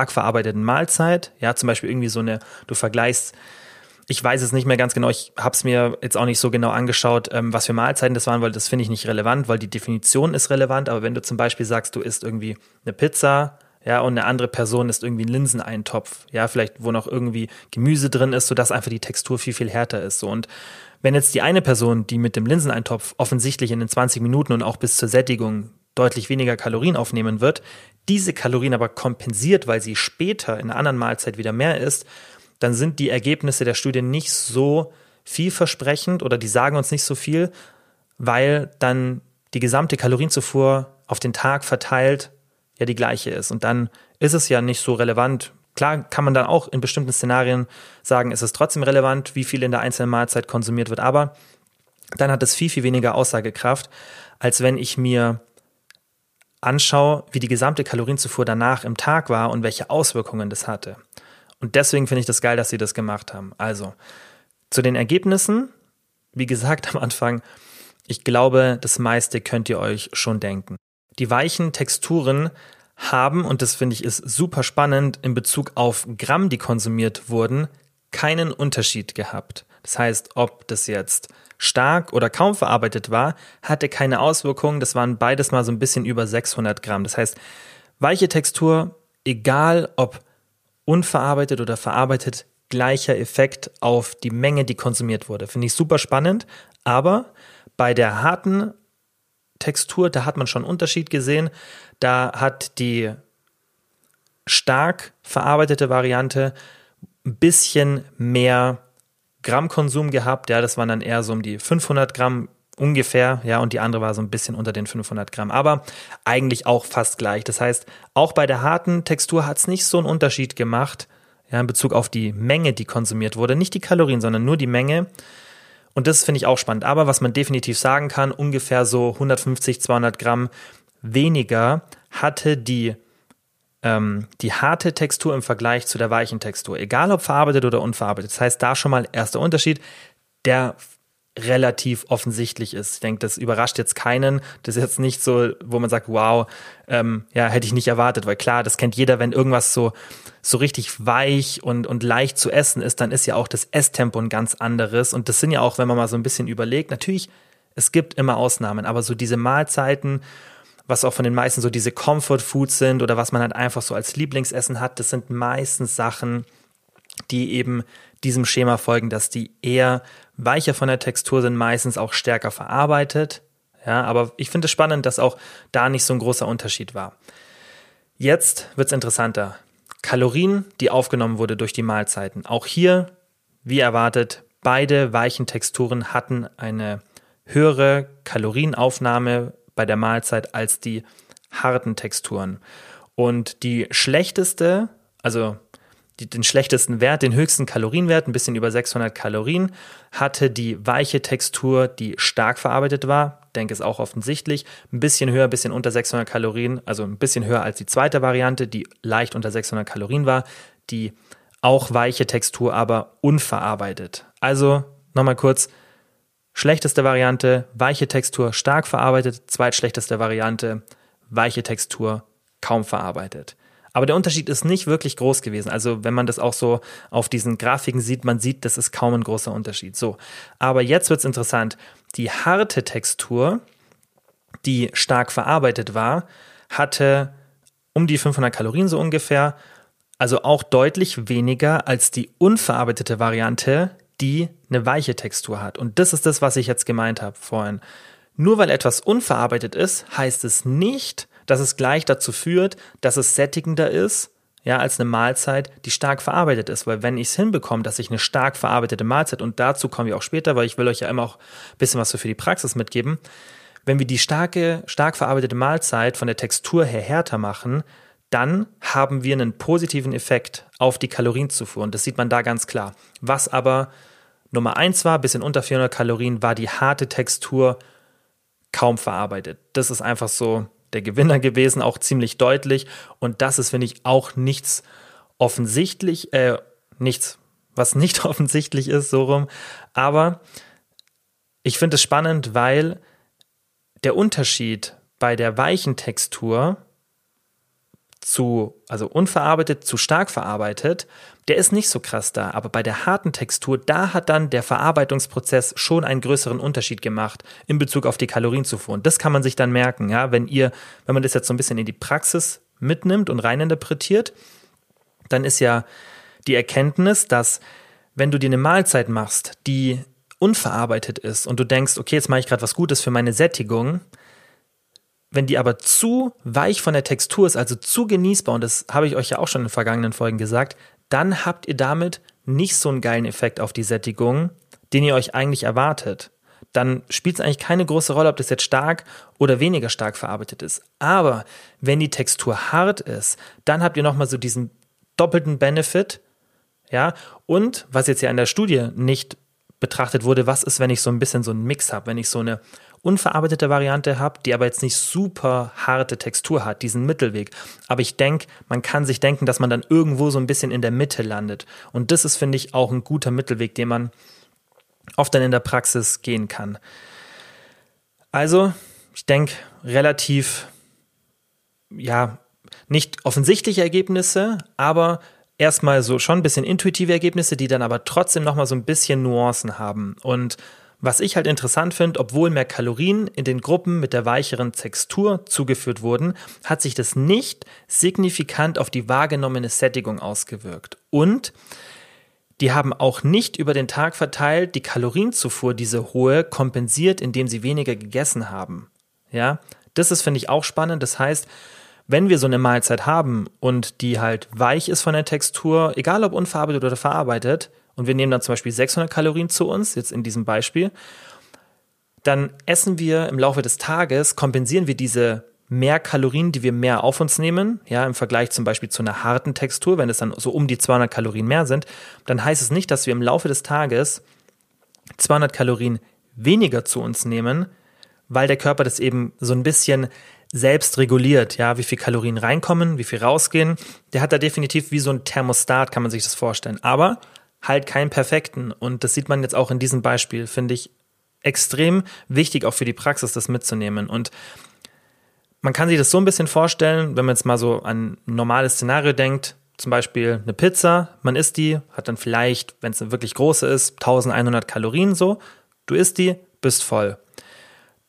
Speaker 1: Mahlzeit, ja, zum Beispiel irgendwie du vergleichst, ich weiß es nicht mehr ganz genau, ich habe es mir jetzt auch nicht so genau angeschaut, was für Mahlzeiten das waren, weil das finde ich nicht relevant, weil die Definition ist relevant, aber wenn du zum Beispiel sagst, du isst irgendwie eine Pizza, ja, und eine andere Person isst irgendwie einen Linseneintopf, ja, vielleicht wo noch irgendwie Gemüse drin ist, sodass einfach die Textur viel, viel härter ist, so. Und wenn jetzt die eine Person, die mit dem Linseneintopf offensichtlich in den 20 Minuten und auch bis zur Sättigung deutlich weniger Kalorien aufnehmen wird, diese Kalorien aber kompensiert, weil sie später in einer anderen Mahlzeit wieder mehr isst, dann sind die Ergebnisse der Studie nicht so vielversprechend oder die sagen uns nicht so viel, weil dann die gesamte Kalorienzufuhr auf den Tag verteilt ja die gleiche ist. Und dann ist es ja nicht so relevant. Klar kann man dann auch in bestimmten Szenarien sagen, es ist trotzdem relevant, wie viel in der einzelnen Mahlzeit konsumiert wird, aber dann hat es viel, viel weniger Aussagekraft, als wenn ich mir anschaue, wie die gesamte Kalorienzufuhr danach im Tag war und welche Auswirkungen das hatte. Und deswegen finde ich das geil, dass sie das gemacht haben. Also, zu den Ergebnissen, wie gesagt am Anfang, ich glaube, das meiste könnt ihr euch schon denken. Die weichen Texturen haben, und das finde ich ist super spannend, in Bezug auf Gramm, die konsumiert wurden, keinen Unterschied gehabt. Das heißt, ob das jetzt stark oder kaum verarbeitet war, hatte keine Auswirkungen. Das waren beides mal so ein bisschen über 600 Gramm. Das heißt, weiche Textur, egal ob unverarbeitet oder verarbeitet, gleicher Effekt auf die Menge, die konsumiert wurde. Finde ich super spannend, aber bei der harten Textur, da hat man schon einen Unterschied gesehen. Da hat die stark verarbeitete Variante ein bisschen mehr Grammkonsum gehabt. Ja, das waren dann eher so um die 500 Gramm ungefähr, ja, und die andere war so ein bisschen unter den 500 Gramm, aber eigentlich auch fast gleich. Das heißt, auch bei der harten Textur hat es nicht so einen Unterschied gemacht, ja, in Bezug auf die Menge, die konsumiert wurde. Nicht die Kalorien, sondern nur die Menge. Und das finde ich auch spannend. Aber was man definitiv sagen kann, ungefähr so 150, 200 Gramm weniger hatte die harte Textur im Vergleich zu der weichen Textur. Egal ob verarbeitet oder unverarbeitet. Das heißt, da schon mal erster Unterschied, der relativ offensichtlich ist. Ich denke, das überrascht jetzt keinen. Das ist jetzt nicht so, wo man sagt, wow, ja, hätte ich nicht erwartet, weil klar, das kennt jeder, wenn irgendwas so richtig weich und leicht zu essen ist, dann ist ja auch das Esstempo ein ganz anderes. Und das sind ja auch, wenn man mal so ein bisschen überlegt, natürlich, Es gibt immer Ausnahmen, aber so diese Mahlzeiten, was auch von den meisten so diese Comfort Foods sind oder was man halt einfach so als Lieblingsessen hat, das sind meistens Sachen, die eben diesem Schema folgen, dass die eher weicher von der Textur sind, meistens auch stärker verarbeitet. Ja, aber ich finde es spannend, dass auch da nicht so ein großer Unterschied war. Jetzt wird es interessanter. Kalorien, die aufgenommen wurde durch die Mahlzeiten. Auch hier, wie erwartet, beide weichen Texturen hatten eine höhere Kalorienaufnahme bei der Mahlzeit als die harten Texturen. Und die schlechteste, also den schlechtesten Wert, den höchsten Kalorienwert, ein bisschen über 600 Kalorien, hatte die weiche Textur, die stark verarbeitet war. Denke, ist auch offensichtlich. Ein bisschen höher, ein bisschen unter 600 Kalorien, also ein bisschen höher als die zweite Variante, die leicht unter 600 Kalorien war. Die auch weiche Textur, aber unverarbeitet. Also nochmal kurz, schlechteste Variante, weiche Textur, stark verarbeitet. Zweitschlechteste Variante, weiche Textur, kaum verarbeitet. Aber der Unterschied ist nicht wirklich groß gewesen. Also wenn man das auch so auf diesen Grafiken sieht, man sieht, das ist kaum ein großer Unterschied. So, aber jetzt wird es interessant. Die harte Textur, die stark verarbeitet war, hatte um die 500 Kalorien so ungefähr, also auch deutlich weniger als die unverarbeitete Variante, die eine weiche Textur hat. Und das ist das, was ich jetzt gemeint habe vorhin. Nur weil etwas unverarbeitet ist, heißt es nicht, dass es gleich dazu führt, dass es sättigender ist, ja, als eine Mahlzeit, die stark verarbeitet ist. Weil wenn ich es hinbekomme, dass ich eine stark verarbeitete Mahlzeit, und dazu kommen wir auch später, weil ich will euch ja immer auch ein bisschen was für die Praxis mitgeben, wenn wir die stark verarbeitete Mahlzeit von der Textur her härter machen, dann haben wir einen positiven Effekt auf die Kalorienzufuhr. Und das sieht man da ganz klar. Was aber Nummer 1 war, bisschen unter 400 Kalorien, war die harte Textur kaum verarbeitet. Das ist einfach so der Gewinner gewesen, auch ziemlich deutlich. Und das ist, finde ich, auch nichts, was nicht offensichtlich ist, so rum. Aber ich finde es spannend, weil der Unterschied bei der weichen Textur also unverarbeitet zu stark verarbeitet, der ist nicht so krass da. Aber bei der harten Textur, da hat dann der Verarbeitungsprozess schon einen größeren Unterschied gemacht in Bezug auf die Kalorienzufuhr. Und das kann man sich dann merken, ja, wenn man das jetzt so ein bisschen in die Praxis mitnimmt und reininterpretiert, dann ist ja die Erkenntnis, dass wenn du dir eine Mahlzeit machst, die unverarbeitet ist und du denkst, okay, jetzt mache ich gerade was Gutes für meine Sättigung, wenn die aber zu weich von der Textur ist, also zu genießbar, und das habe ich euch ja auch schon in vergangenen Folgen gesagt, dann habt ihr damit nicht so einen geilen Effekt auf die Sättigung, den ihr euch eigentlich erwartet. Dann spielt es eigentlich keine große Rolle, ob das jetzt stark oder weniger stark verarbeitet ist. Aber wenn die Textur hart ist, dann habt ihr nochmal so diesen doppelten Benefit, ja, und was jetzt ja in der Studie nicht betrachtet wurde, was ist, wenn ich so ein bisschen so einen Mix habe, wenn ich so eine unverarbeitete Variante habe, die aber jetzt nicht super harte Textur hat, diesen Mittelweg. Aber ich denke, man kann sich denken, dass man dann irgendwo so ein bisschen in der Mitte landet. Und das ist, finde ich, auch ein guter Mittelweg, den man oft dann in der Praxis gehen kann. Also, ich denke, relativ, ja, nicht offensichtliche Ergebnisse, aber erstmal so schon ein bisschen intuitive Ergebnisse, die dann aber trotzdem nochmal so ein bisschen Nuancen haben. Und was ich halt interessant finde, obwohl mehr Kalorien in den Gruppen mit der weicheren Textur zugeführt wurden, hat sich das nicht signifikant auf die wahrgenommene Sättigung ausgewirkt. Und die haben auch nicht über den Tag verteilt die Kalorienzufuhr, diese hohe, kompensiert, indem sie weniger gegessen haben. Ja, das ist, finde ich, auch spannend. Das heißt, wenn wir so eine Mahlzeit haben und die halt weich ist von der Textur, egal ob unverarbeitet oder verarbeitet, und wir nehmen dann zum Beispiel 600 Kalorien zu uns, jetzt in diesem Beispiel, dann essen wir im Laufe des Tages, kompensieren wir diese mehr Kalorien, die wir mehr auf uns nehmen, ja, im Vergleich zum Beispiel zu einer harten Textur, wenn es dann so um die 200 Kalorien mehr sind, dann heißt es nicht, dass wir im Laufe des Tages 200 Kalorien weniger zu uns nehmen, weil der Körper das eben so ein bisschen selbst reguliert, ja, wie viel Kalorien reinkommen, wie viel rausgehen. Der hat da definitiv wie so ein Thermostat, kann man sich das vorstellen, aber halt keinen perfekten. Und das sieht man jetzt auch in diesem Beispiel, finde ich extrem wichtig, auch für die Praxis das mitzunehmen. Und man kann sich das so ein bisschen vorstellen, wenn man jetzt mal so an ein normales Szenario denkt, zum Beispiel eine Pizza, man isst die, hat dann vielleicht, wenn es eine wirklich große ist, 1100 Kalorien so, du isst die, bist voll.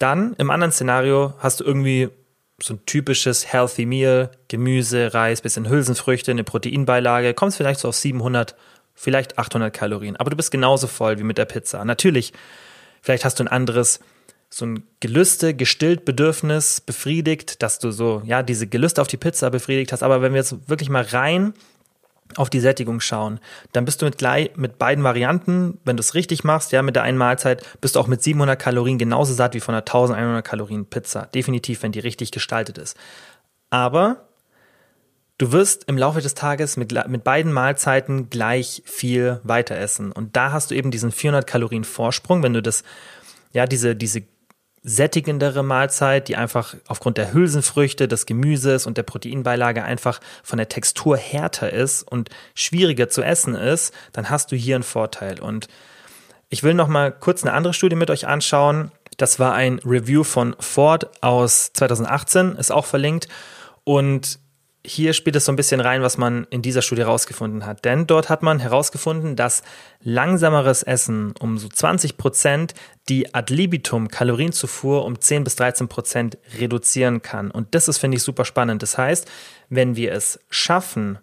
Speaker 1: Dann im anderen Szenario hast du irgendwie so ein typisches Healthy Meal, Gemüse, Reis, bisschen Hülsenfrüchte, eine Proteinbeilage, kommst vielleicht so auf 700, vielleicht 800 Kalorien. Aber du bist genauso voll wie mit der Pizza. Natürlich, vielleicht hast du ein anderes, so ein Gelüste, gestillt Bedürfnis befriedigt, dass du so, ja, diese Gelüste auf die Pizza befriedigt hast. Aber wenn wir jetzt wirklich mal rein auf die Sättigung schauen, dann bist du mit beiden Varianten, wenn du es richtig machst, ja, mit der einen Mahlzeit, bist du auch mit 700 Kalorien genauso satt wie von einer 1100 Kalorien Pizza. Definitiv, wenn die richtig gestaltet ist. Aber du wirst im Laufe des Tages mit beiden Mahlzeiten gleich viel weiter essen. Und da hast du eben diesen 400 Kalorien Vorsprung, wenn du das, ja, diese sättigendere Mahlzeit, die einfach aufgrund der Hülsenfrüchte, des Gemüses und der Proteinbeilage einfach von der Textur härter ist und schwieriger zu essen ist, dann hast du hier einen Vorteil. Und ich will noch mal kurz eine andere Studie mit euch anschauen. Das war ein Review von Ford aus 2018, ist auch verlinkt. Und hier spielt es so ein bisschen rein, was man in dieser Studie herausgefunden hat. Denn dort hat man herausgefunden, dass langsameres Essen um so 20% die ad libitum Kalorienzufuhr um 10 bis 13% reduzieren kann. Und das ist, finde ich, super spannend. Das heißt, wenn wir es schaffen,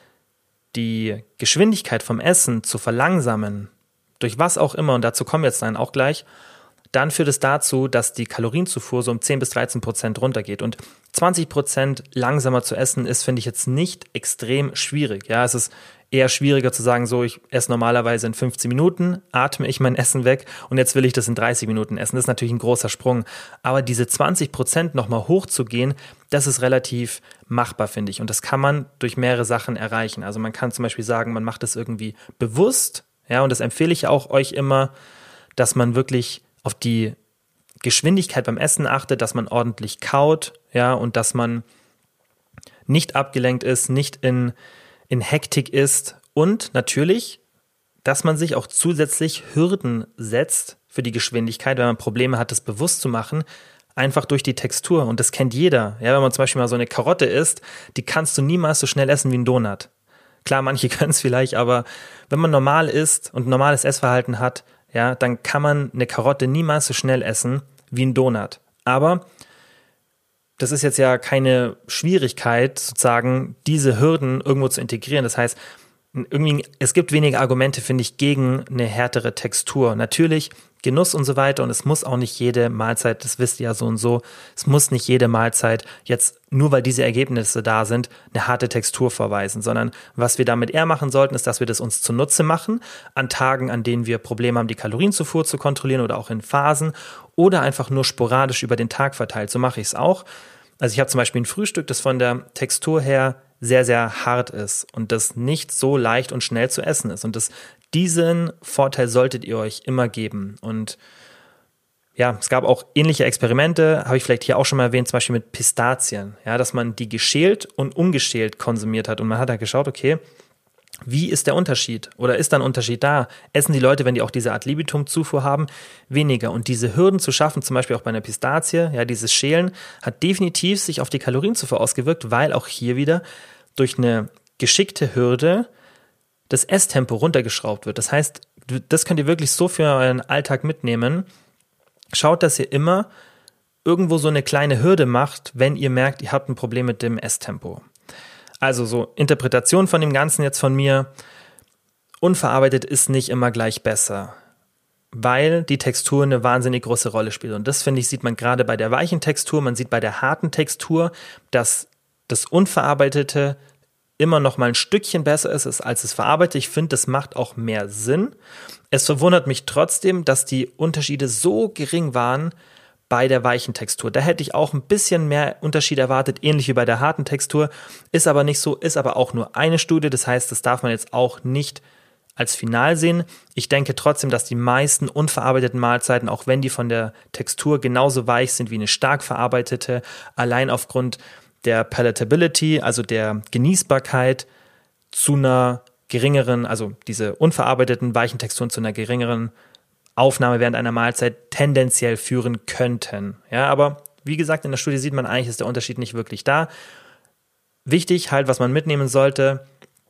Speaker 1: die Geschwindigkeit vom Essen zu verlangsamen, durch was auch immer, und dazu kommen wir jetzt dann auch gleich, dann führt es dazu, dass die Kalorienzufuhr so um 10 bis 13% runtergeht. Und 20% langsamer zu essen ist, finde ich, jetzt nicht extrem schwierig. Ja, es ist eher schwieriger zu sagen, so, ich esse normalerweise in 15 Minuten, atme ich mein Essen weg und jetzt will ich das in 30 Minuten essen. Das ist natürlich ein großer Sprung. Aber diese 20% nochmal hochzugehen, das ist relativ machbar, finde ich. Und das kann man durch mehrere Sachen erreichen. Also man kann zum Beispiel sagen, man macht es irgendwie bewusst. Ja, und das empfehle ich auch euch immer, dass man wirklich auf die Geschwindigkeit beim Essen achtet, dass man ordentlich kaut, ja, und dass man nicht abgelenkt ist, nicht in Hektik ist und natürlich, dass man sich auch zusätzlich Hürden setzt für die Geschwindigkeit, wenn man Probleme hat, das bewusst zu machen, einfach durch die Textur. Und das kennt jeder. Ja, wenn man zum Beispiel mal so eine Karotte isst, die kannst du niemals so schnell essen wie ein Donut. Klar, manche können es vielleicht, aber wenn man normal isst und ein normales Essverhalten hat, ja, dann kann man eine Karotte niemals so schnell essen wie ein Donut. Aber das ist jetzt ja keine Schwierigkeit, sozusagen diese Hürden irgendwo zu integrieren. Das heißt, irgendwie, es gibt wenige Argumente, finde ich, gegen eine härtere Textur. Natürlich Genuss und so weiter und es muss auch nicht jede Mahlzeit, das wisst ihr ja so und so, es muss nicht jede Mahlzeit jetzt, nur weil diese Ergebnisse da sind, eine harte Textur vorweisen, sondern was wir damit eher machen sollten, ist, dass wir das uns zunutze machen, an Tagen, an denen wir Probleme haben, die Kalorienzufuhr zu kontrollieren oder auch in Phasen oder einfach nur sporadisch über den Tag verteilt. So mache ich es auch. Also ich habe zum Beispiel ein Frühstück, das von der Textur her sehr, sehr hart ist und das nicht so leicht und schnell zu essen ist. Und diesen Vorteil solltet ihr euch immer geben. Und ja, es gab auch ähnliche Experimente, habe ich vielleicht hier auch schon mal erwähnt, zum Beispiel mit Pistazien, ja, dass man die geschält und ungeschält konsumiert hat. Und man hat da geschaut, okay, wie ist der Unterschied? Oder ist da ein Unterschied da? Essen die Leute, wenn die auch diese ad libitum Zufuhr haben, weniger? Und diese Hürden zu schaffen, zum Beispiel auch bei einer Pistazie, ja, dieses Schälen, hat definitiv sich auf die Kalorienzufuhr ausgewirkt, weil auch hier wieder durch eine geschickte Hürde das Esstempo runtergeschraubt wird. Das heißt, das könnt ihr wirklich so für euren Alltag mitnehmen. Schaut, dass ihr immer irgendwo so eine kleine Hürde macht, wenn ihr merkt, ihr habt ein Problem mit dem Esstempo. Also so Interpretation von dem Ganzen jetzt von mir. Unverarbeitet ist nicht immer gleich besser, weil die Textur eine wahnsinnig große Rolle spielt. Und das, finde ich, sieht man gerade bei der weichen Textur. Man sieht bei der harten Textur, dass das Unverarbeitete immer noch mal ein Stückchen besser ist als das Verarbeitete. Ich finde, das macht auch mehr Sinn. Es verwundert mich trotzdem, dass die Unterschiede so gering waren bei der weichen Textur. Da hätte ich auch ein bisschen mehr Unterschied erwartet, ähnlich wie bei der harten Textur. Ist aber nicht so, ist aber auch nur eine Studie. Das heißt, das darf man jetzt auch nicht als final sehen. Ich denke trotzdem, dass die meisten unverarbeiteten Mahlzeiten, auch wenn die von der Textur genauso weich sind wie eine stark verarbeitete, allein aufgrund der Palatability, also der Genießbarkeit, zu einer geringeren, also diese unverarbeiteten weichen Texturen zu einer geringeren Aufnahme während einer Mahlzeit tendenziell führen könnten. Ja, aber wie gesagt, in der Studie sieht man eigentlich, ist der Unterschied nicht wirklich da. Wichtig halt, was man mitnehmen sollte,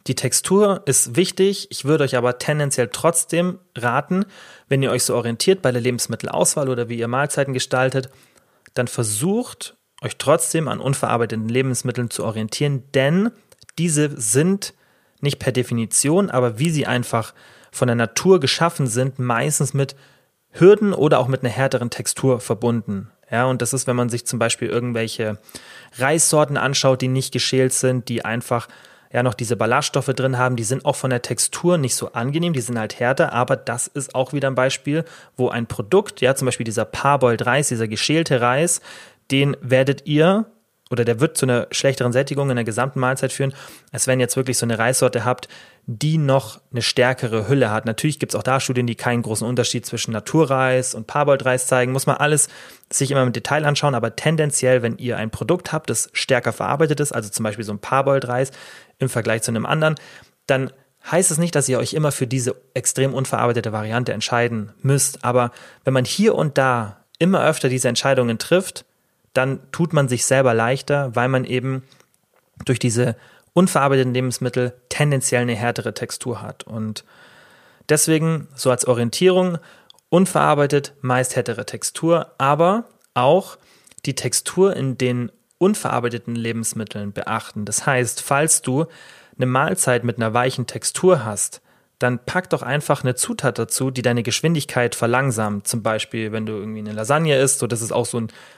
Speaker 1: Die Textur ist wichtig, ich würde euch aber tendenziell trotzdem raten, wenn ihr euch so orientiert bei der Lebensmittelauswahl oder wie ihr Mahlzeiten gestaltet, dann versucht euch trotzdem an unverarbeiteten Lebensmitteln zu orientieren, denn diese sind nicht per Definition, aber wie sie einfach von der Natur geschaffen sind, meistens mit Hürden oder auch mit einer härteren Textur verbunden. Ja, und das ist, wenn man sich zum Beispiel irgendwelche Reissorten anschaut, die nicht geschält sind, die einfach noch diese Ballaststoffe drin haben, die sind auch von der Textur nicht so angenehm, die sind halt härter, aber das ist auch wieder ein Beispiel, wo ein Produkt, zum Beispiel dieser Parboiled Reis, dieser geschälte Reis, den werdet ihr, oder der wird zu einer schlechteren Sättigung in der gesamten Mahlzeit führen, als wenn ihr jetzt wirklich so eine Reissorte habt, die noch eine stärkere Hülle hat. Natürlich gibt es auch da Studien, die keinen großen Unterschied zwischen Naturreis und Parboiled Reis zeigen. Muss man alles sich immer im Detail anschauen, aber tendenziell, wenn ihr ein Produkt habt, das stärker verarbeitet ist, also zum Beispiel so ein Parboiled Reis im Vergleich zu einem anderen, dann heißt es nicht, dass ihr euch immer für diese extrem unverarbeitete Variante entscheiden müsst. Aber wenn man hier und da immer öfter diese Entscheidungen trifft, dann tut man sich selber leichter, weil man eben durch diese unverarbeiteten Lebensmittel tendenziell eine härtere Textur hat. Und deswegen so als Orientierung, unverarbeitet, meist härtere Textur, aber auch die Textur in den unverarbeiteten Lebensmitteln beachten. Das heißt, falls du eine Mahlzeit mit einer weichen Textur hast, dann pack doch einfach eine Zutat dazu, die deine Geschwindigkeit verlangsamt. Zum Beispiel, wenn du irgendwie eine Lasagne isst, so das ist auch so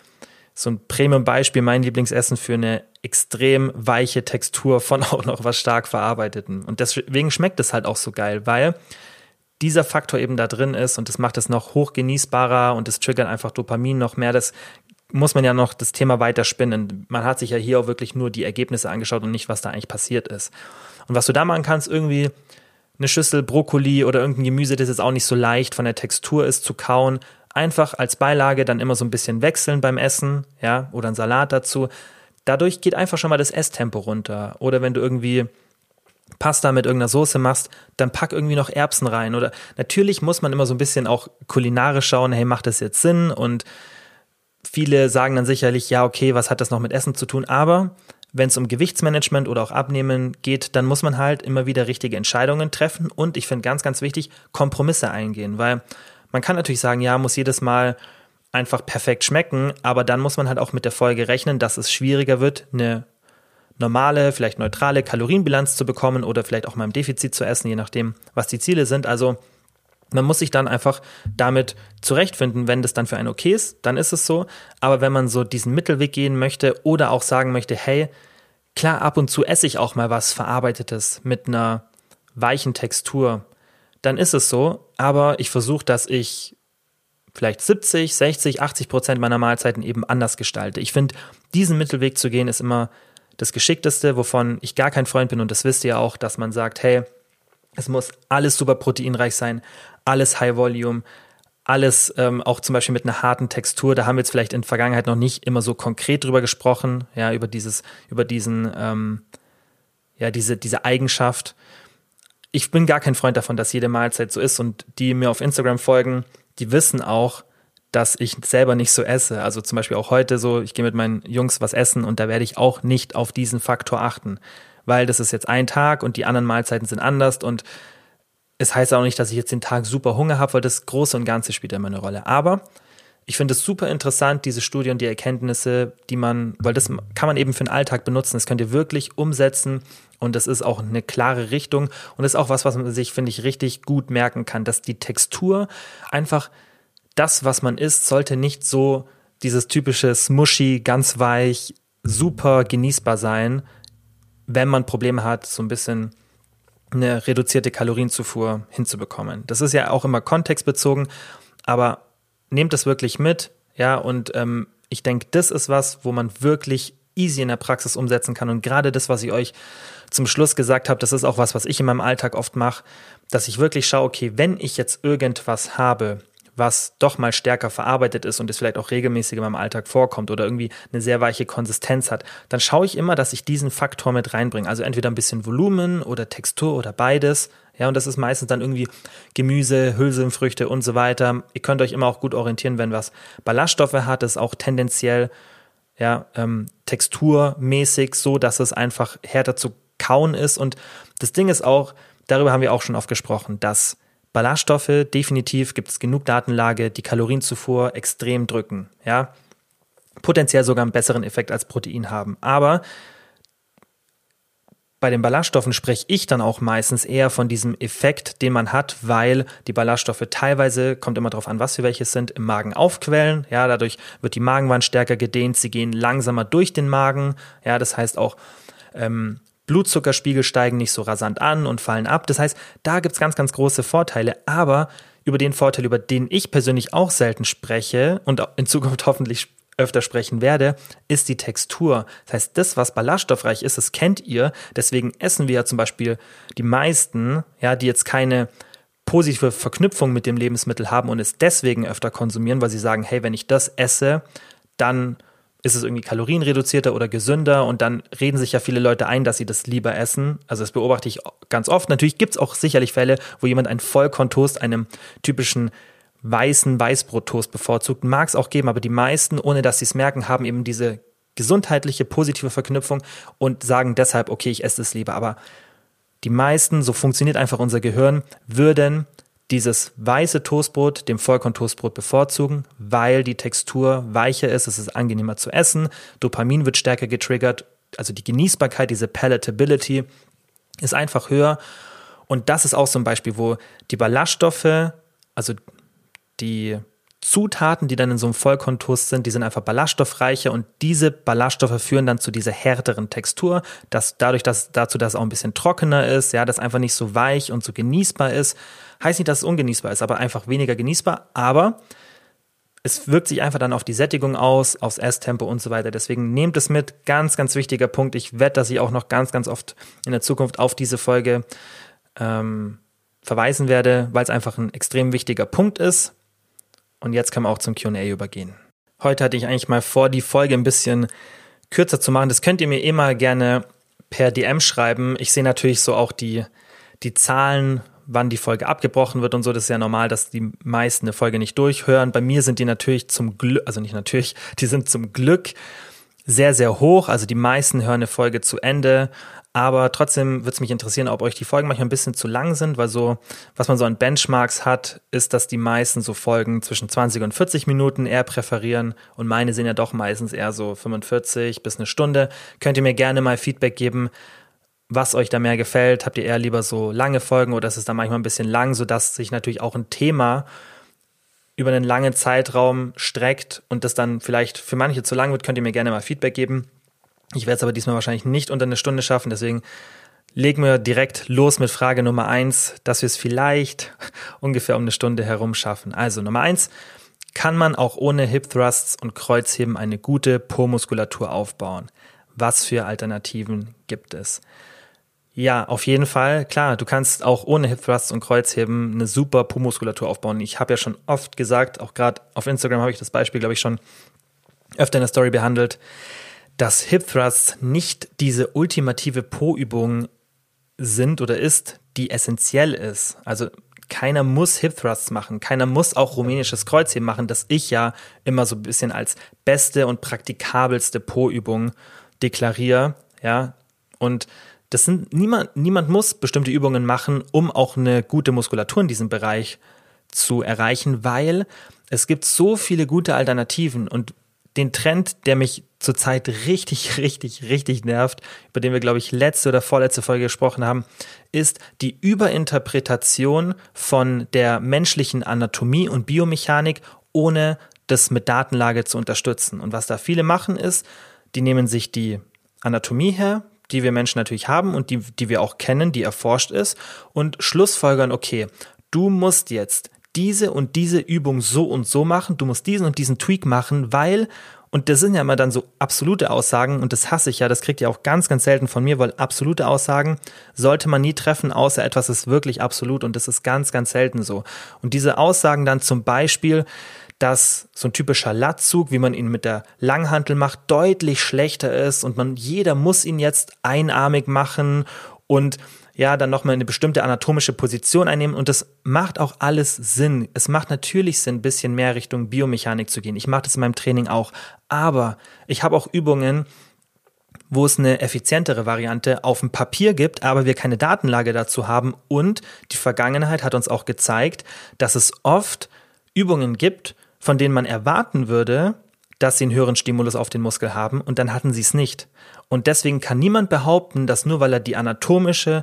Speaker 1: ein Premium-Beispiel, mein Lieblingsessen für eine extrem weiche Textur von auch noch was stark Verarbeiteten. Und deswegen schmeckt es halt auch so geil, weil dieser Faktor eben da drin ist und das macht es noch hochgenießbarer und das triggert einfach Dopamin noch mehr. Das muss man ja noch das Thema weiter spinnen. Man hat sich ja hier auch wirklich nur die Ergebnisse angeschaut und nicht, was da eigentlich passiert ist. Und was du da machen kannst, irgendwie eine Schüssel Brokkoli oder irgendein Gemüse, das jetzt auch nicht so leicht von der Textur ist, zu kauen, einfach als Beilage dann immer so ein bisschen wechseln beim Essen, oder einen Salat dazu. Dadurch geht einfach schon mal das Esstempo runter. Oder wenn du irgendwie Pasta mit irgendeiner Soße machst, dann pack irgendwie noch Erbsen rein. Oder natürlich muss man immer so ein bisschen auch kulinarisch schauen, hey, macht das jetzt Sinn? Und viele sagen dann sicherlich, ja, okay, was hat das noch mit Essen zu tun? Aber wenn es um Gewichtsmanagement oder auch Abnehmen geht, dann muss man halt immer wieder richtige Entscheidungen treffen und ich finde ganz, ganz wichtig, Kompromisse eingehen, weil man kann natürlich sagen, ja, muss jedes Mal einfach perfekt schmecken, aber dann muss man halt auch mit der Folge rechnen, dass es schwieriger wird, eine normale, vielleicht neutrale Kalorienbilanz zu bekommen oder vielleicht auch mal im Defizit zu essen, je nachdem, was die Ziele sind. Also man muss sich dann einfach damit zurechtfinden, wenn das dann für einen okay ist, dann ist es so. Aber wenn man so diesen Mittelweg gehen möchte oder auch sagen möchte, hey, klar, ab und zu esse ich auch mal was Verarbeitetes mit einer weichen Textur, dann ist es so. Aber ich versuche, dass ich vielleicht 70, 60, 80% meiner Mahlzeiten eben anders gestalte. Ich finde, diesen Mittelweg zu gehen, ist immer das Geschickteste, wovon ich gar kein Freund bin. Und das wisst ihr auch, dass man sagt, hey, es muss alles super proteinreich sein, alles High Volume, alles auch zum Beispiel mit einer harten Textur. Da haben wir jetzt vielleicht in der Vergangenheit noch nicht immer so konkret drüber gesprochen, über diese Eigenschaft. Ich bin gar kein Freund davon, dass jede Mahlzeit so ist und die mir auf Instagram folgen, die wissen auch, dass ich selber nicht so esse. Also zum Beispiel auch heute so, ich gehe mit meinen Jungs was essen und da werde ich auch nicht auf diesen Faktor achten, weil das ist jetzt ein Tag und die anderen Mahlzeiten sind anders und es heißt auch nicht, dass ich jetzt den Tag super Hunger habe, weil das Große und Ganze spielt immer eine Rolle. Aber ich finde es super interessant, diese Studie und die Erkenntnisse, weil das kann man eben für den Alltag benutzen, das könnt ihr wirklich umsetzen und das ist auch eine klare Richtung und das ist auch was man sich, finde ich, richtig gut merken kann, dass die Textur einfach das, was man isst, sollte nicht so dieses typische Smushy, ganz weich, super genießbar sein, wenn man Probleme hat, so ein bisschen eine reduzierte Kalorienzufuhr hinzubekommen. Das ist ja auch immer kontextbezogen, aber nehmt das wirklich mit, und ich denke, das ist was, wo man wirklich easy in der Praxis umsetzen kann und gerade das, was ich euch zum Schluss gesagt habe, das ist auch was ich in meinem Alltag oft mache, dass ich wirklich schaue, okay, wenn ich jetzt irgendwas habe, was doch mal stärker verarbeitet ist und es vielleicht auch regelmäßig in meinem Alltag vorkommt oder irgendwie eine sehr weiche Konsistenz hat, dann schaue ich immer, dass ich diesen Faktor mit reinbringe. Also entweder ein bisschen Volumen oder Textur oder beides. Ja, und das ist meistens dann irgendwie Gemüse, Hülsenfrüchte und so weiter. Ihr könnt euch immer auch gut orientieren, wenn was Ballaststoffe hat, ist auch tendenziell texturmäßig so, dass es einfach härter zu Kauen ist. Und das Ding ist auch, darüber haben wir auch schon oft gesprochen, dass Ballaststoffe, definitiv gibt es genug Datenlage, die Kalorienzufuhr extrem drücken, ja, potenziell sogar einen besseren Effekt als Protein haben. Aber bei den Ballaststoffen spreche ich dann auch meistens eher von diesem Effekt, den man hat, weil die Ballaststoffe teilweise, kommt immer darauf an, was für welche sind, im Magen aufquellen. Ja, dadurch wird die Magenwand stärker gedehnt, sie gehen langsamer durch den Magen. Ja, das heißt auch, Blutzuckerspiegel steigen nicht so rasant an und fallen ab. Das heißt, da gibt es ganz, ganz große Vorteile. Aber über den Vorteil, über den ich persönlich auch selten spreche und in Zukunft hoffentlich öfter sprechen werde, ist die Textur. Das heißt, das, was ballaststoffreich ist, das kennt ihr. Deswegen essen wir ja zum Beispiel die meisten, ja, die jetzt keine positive Verknüpfung mit dem Lebensmittel haben und es deswegen öfter konsumieren, weil sie sagen, hey, wenn ich das esse, dann ist es irgendwie kalorienreduzierter oder gesünder und dann reden sich ja viele Leute ein, dass sie das lieber essen. Also das beobachte ich ganz oft. Natürlich gibt es auch sicherlich Fälle, wo jemand einen Vollkorntoast, einem typischen weißen Weißbrottoast bevorzugt. Mag es auch geben, aber die meisten, ohne dass sie es merken, haben eben diese gesundheitliche, positive Verknüpfung und sagen deshalb, okay, ich esse es lieber. Aber die meisten, so funktioniert einfach unser Gehirn, würden dieses weiße Toastbrot dem Vollkorntoastbrot bevorzugen, weil die Textur weicher ist, es ist angenehmer zu essen, Dopamin wird stärker getriggert, also die Genießbarkeit, diese Palatability ist einfach höher. Und das ist auch so ein Beispiel, wo die Ballaststoffe, also die Zutaten, die dann in so einem Vollkorntoast sind, die sind einfach ballaststoffreicher und diese Ballaststoffe führen dann zu dieser härteren Textur, dazu, dass es auch ein bisschen trockener ist, ja, dass einfach nicht so weich und so genießbar ist. Heißt nicht, dass es ungenießbar ist, aber einfach weniger genießbar, aber es wirkt sich einfach dann auf die Sättigung aus, aufs Esstempo und so weiter. Deswegen nehmt es mit, ganz, ganz wichtiger Punkt. Ich wette, dass ich auch noch ganz, ganz oft in der Zukunft auf diese Folge verweisen werde, weil es einfach ein extrem wichtiger Punkt ist. Und jetzt können wir auch zum Q&A übergehen. Heute hatte ich eigentlich mal vor, die Folge ein bisschen kürzer zu machen. Das könnt ihr mir immer gerne per DM schreiben. Ich sehe natürlich so auch die Zahlen, wann die Folge abgebrochen wird und so. Das ist ja normal, dass die meisten eine Folge nicht durchhören. Bei mir sind die natürlich zum Glück, also nicht natürlich, die sind zum Glück sehr, sehr hoch. Also die meisten hören eine Folge zu Ende. Aber trotzdem würde es mich interessieren, ob euch die Folgen manchmal ein bisschen zu lang sind, weil so, was man so an Benchmarks hat, ist, dass die meisten so Folgen zwischen 20 und 40 Minuten eher präferieren und meine sind ja doch meistens eher so 45 bis eine Stunde. Könnt ihr mir gerne mal Feedback geben, was euch da mehr gefällt. Habt ihr eher lieber so lange Folgen oder ist es da manchmal ein bisschen lang, sodass sich natürlich auch ein Thema über einen langen Zeitraum streckt und das dann vielleicht für manche zu lang wird, könnt ihr mir gerne mal Feedback geben. Ich werde es aber diesmal wahrscheinlich nicht unter eine Stunde schaffen, deswegen legen wir direkt los mit Frage Nummer 1, dass wir es vielleicht ungefähr um eine Stunde herum schaffen. Also Nummer 1, kann man auch ohne Hip Thrusts und Kreuzheben eine gute Po-Muskulatur aufbauen? Was für Alternativen gibt es? Ja, auf jeden Fall. Klar, du kannst auch ohne Hip Thrusts und Kreuzheben eine super Po-Muskulatur aufbauen. Ich habe ja schon oft gesagt, auch gerade auf Instagram habe ich das Beispiel, glaube ich, schon öfter in der Story behandelt, dass Hip Thrusts nicht diese ultimative Po-Übung sind oder ist, die essentiell ist. Also keiner muss Hip Thrusts machen, keiner muss auch rumänisches Kreuzheben machen, das ich ja immer so ein bisschen als beste und praktikabelste Po-Übung deklariere, ja. Und das sind niemand muss bestimmte Übungen machen, um auch eine gute Muskulatur in diesem Bereich zu erreichen, weil es gibt so viele gute Alternativen und den Trend, der mich zurzeit richtig nervt, über den wir, glaube ich, letzte oder vorletzte Folge gesprochen haben, ist die Überinterpretation von der menschlichen Anatomie und Biomechanik, ohne das mit Datenlage zu unterstützen. Und was da viele machen ist, die nehmen sich die Anatomie her, die wir Menschen natürlich haben und die wir auch kennen, die erforscht ist, und schlussfolgern, okay, du musst jetzt diese und diese Übung so und so machen, du musst diesen und diesen Tweak machen, weil, und das sind ja immer dann so absolute Aussagen und das hasse ich ja, das kriegt ihr auch ganz, ganz selten von mir, weil absolute Aussagen sollte man nie treffen, außer etwas ist wirklich absolut und das ist ganz, ganz selten so. Und diese Aussagen dann zum Beispiel, dass so ein typischer Latzug, wie man ihn mit der Langhantel macht, deutlich schlechter ist und jeder muss ihn jetzt einarmig machen und ja, dann nochmal eine bestimmte anatomische Position einnehmen und das macht auch alles Sinn. Es macht natürlich Sinn, ein bisschen mehr Richtung Biomechanik zu gehen. Ich mache das in meinem Training auch, aber ich habe auch Übungen, wo es eine effizientere Variante auf dem Papier gibt, aber wir keine Datenlage dazu haben. Und die Vergangenheit hat uns auch gezeigt, dass es oft Übungen gibt, von denen man erwarten würde, dass sie einen höheren Stimulus auf den Muskel haben, und dann hatten sie es nicht. Und deswegen kann niemand behaupten, dass nur weil er die anatomische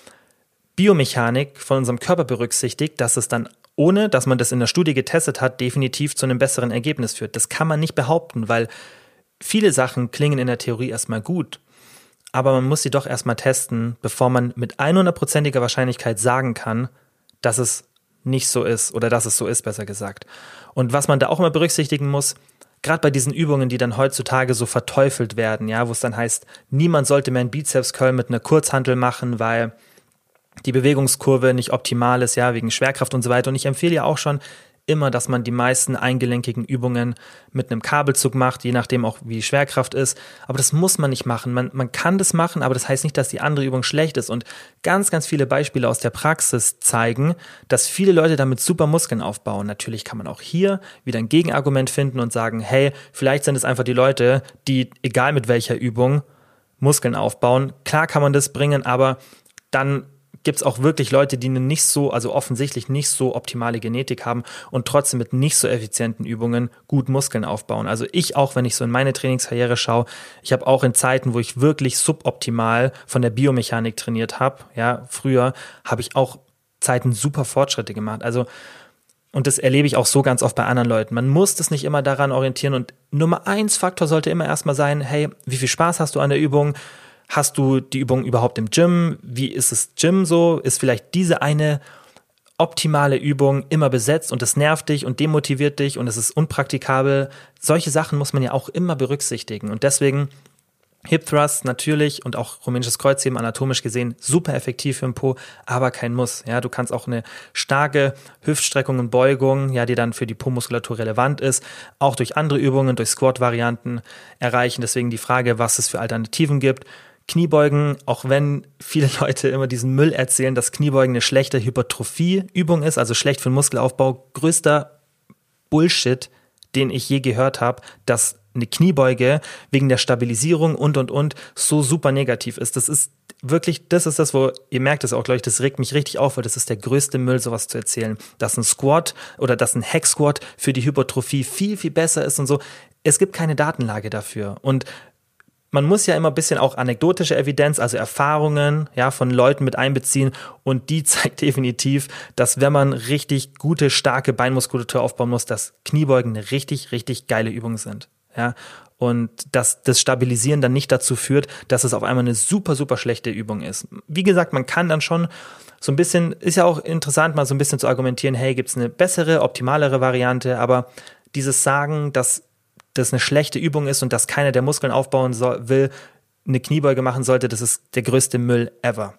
Speaker 1: Biomechanik von unserem Körper berücksichtigt, dass es dann, ohne dass man das in der Studie getestet hat, definitiv zu einem besseren Ergebnis führt. Das kann man nicht behaupten, weil viele Sachen klingen in der Theorie erstmal gut, aber man muss sie doch erstmal testen, bevor man mit 100%iger Wahrscheinlichkeit sagen kann, dass es nicht so ist oder dass es so ist, besser gesagt. Und was man da auch immer berücksichtigen muss, gerade bei diesen Übungen, die dann heutzutage so verteufelt werden, ja, wo es dann heißt, niemand sollte mehr einen Bizeps-Curl mit einer Kurzhantel machen, weil die Bewegungskurve nicht optimal ist, ja, wegen Schwerkraft und so weiter. Und ich empfehle ja auch schon immer, dass man die meisten eingelenkigen Übungen mit einem Kabelzug macht, je nachdem auch, wie die Schwerkraft ist. Aber das muss man nicht machen. Man kann das machen, aber das heißt nicht, dass die andere Übung schlecht ist. Und ganz, ganz viele Beispiele aus der Praxis zeigen, dass viele Leute damit super Muskeln aufbauen. Natürlich kann man auch hier wieder ein Gegenargument finden und sagen, hey, vielleicht sind es einfach die Leute, die, egal mit welcher Übung, Muskeln aufbauen. Klar kann man das bringen, aber dann gibt es auch wirklich Leute, die eine nicht so, also offensichtlich nicht so optimale Genetik haben und trotzdem mit nicht so effizienten Übungen gut Muskeln aufbauen. Also ich auch, wenn ich so in meine Trainingskarriere schaue, ich habe auch in Zeiten, wo ich wirklich suboptimal von der Biomechanik trainiert habe, ja, früher habe ich auch Zeiten super Fortschritte gemacht. Also, und das erlebe ich auch so ganz oft bei anderen Leuten. Man muss das nicht immer daran orientieren, und Nummer 1 Faktor sollte immer erstmal sein, hey, wie viel Spaß hast du an der Übung? Hast du die Übung überhaupt im Gym? Wie ist das Gym so? Ist vielleicht diese eine optimale Übung immer besetzt und das nervt dich und demotiviert dich und es ist unpraktikabel? Solche Sachen muss man ja auch immer berücksichtigen. Und deswegen Hip Thrust natürlich und auch rumänisches Kreuzheben anatomisch gesehen super effektiv für den Po, aber kein Muss. Ja, du kannst auch eine starke Hüftstreckung und Beugung, ja, die dann für die Po-Muskulatur relevant ist, auch durch andere Übungen, durch Squat-Varianten erreichen. Deswegen die Frage, was es für Alternativen gibt. Kniebeugen, auch wenn viele Leute immer diesen Müll erzählen, dass Kniebeugen eine schlechte Hypertrophie-Übung ist, also schlecht für den Muskelaufbau, größter Bullshit, den ich je gehört habe, dass eine Kniebeuge wegen der Stabilisierung und so super negativ ist. Das ist wirklich, das ist das, wo, ihr merkt es auch, glaube ich, das regt mich richtig auf, weil das ist der größte Müll, sowas zu erzählen, dass ein Squat oder dass ein Hack-Squat für die Hypertrophie viel, viel besser ist und so. Es gibt keine Datenlage dafür, und man muss ja immer ein bisschen auch anekdotische Evidenz, also Erfahrungen, ja, von Leuten mit einbeziehen, und die zeigt definitiv, dass wenn man richtig gute, starke Beinmuskulatur aufbauen muss, dass Kniebeugen eine richtig, richtig geile Übung sind, ja, und dass das Stabilisieren dann nicht dazu führt, dass es auf einmal eine super, super schlechte Übung ist. Wie gesagt, man kann dann schon so ein bisschen, ist ja auch interessant, mal so ein bisschen zu argumentieren, hey, gibt es eine bessere, optimalere Variante, aber dieses Sagen, dass das eine schlechte Übung ist und dass keiner, der Muskeln aufbauen will, eine Kniebeuge machen sollte, das ist der größte Müll ever.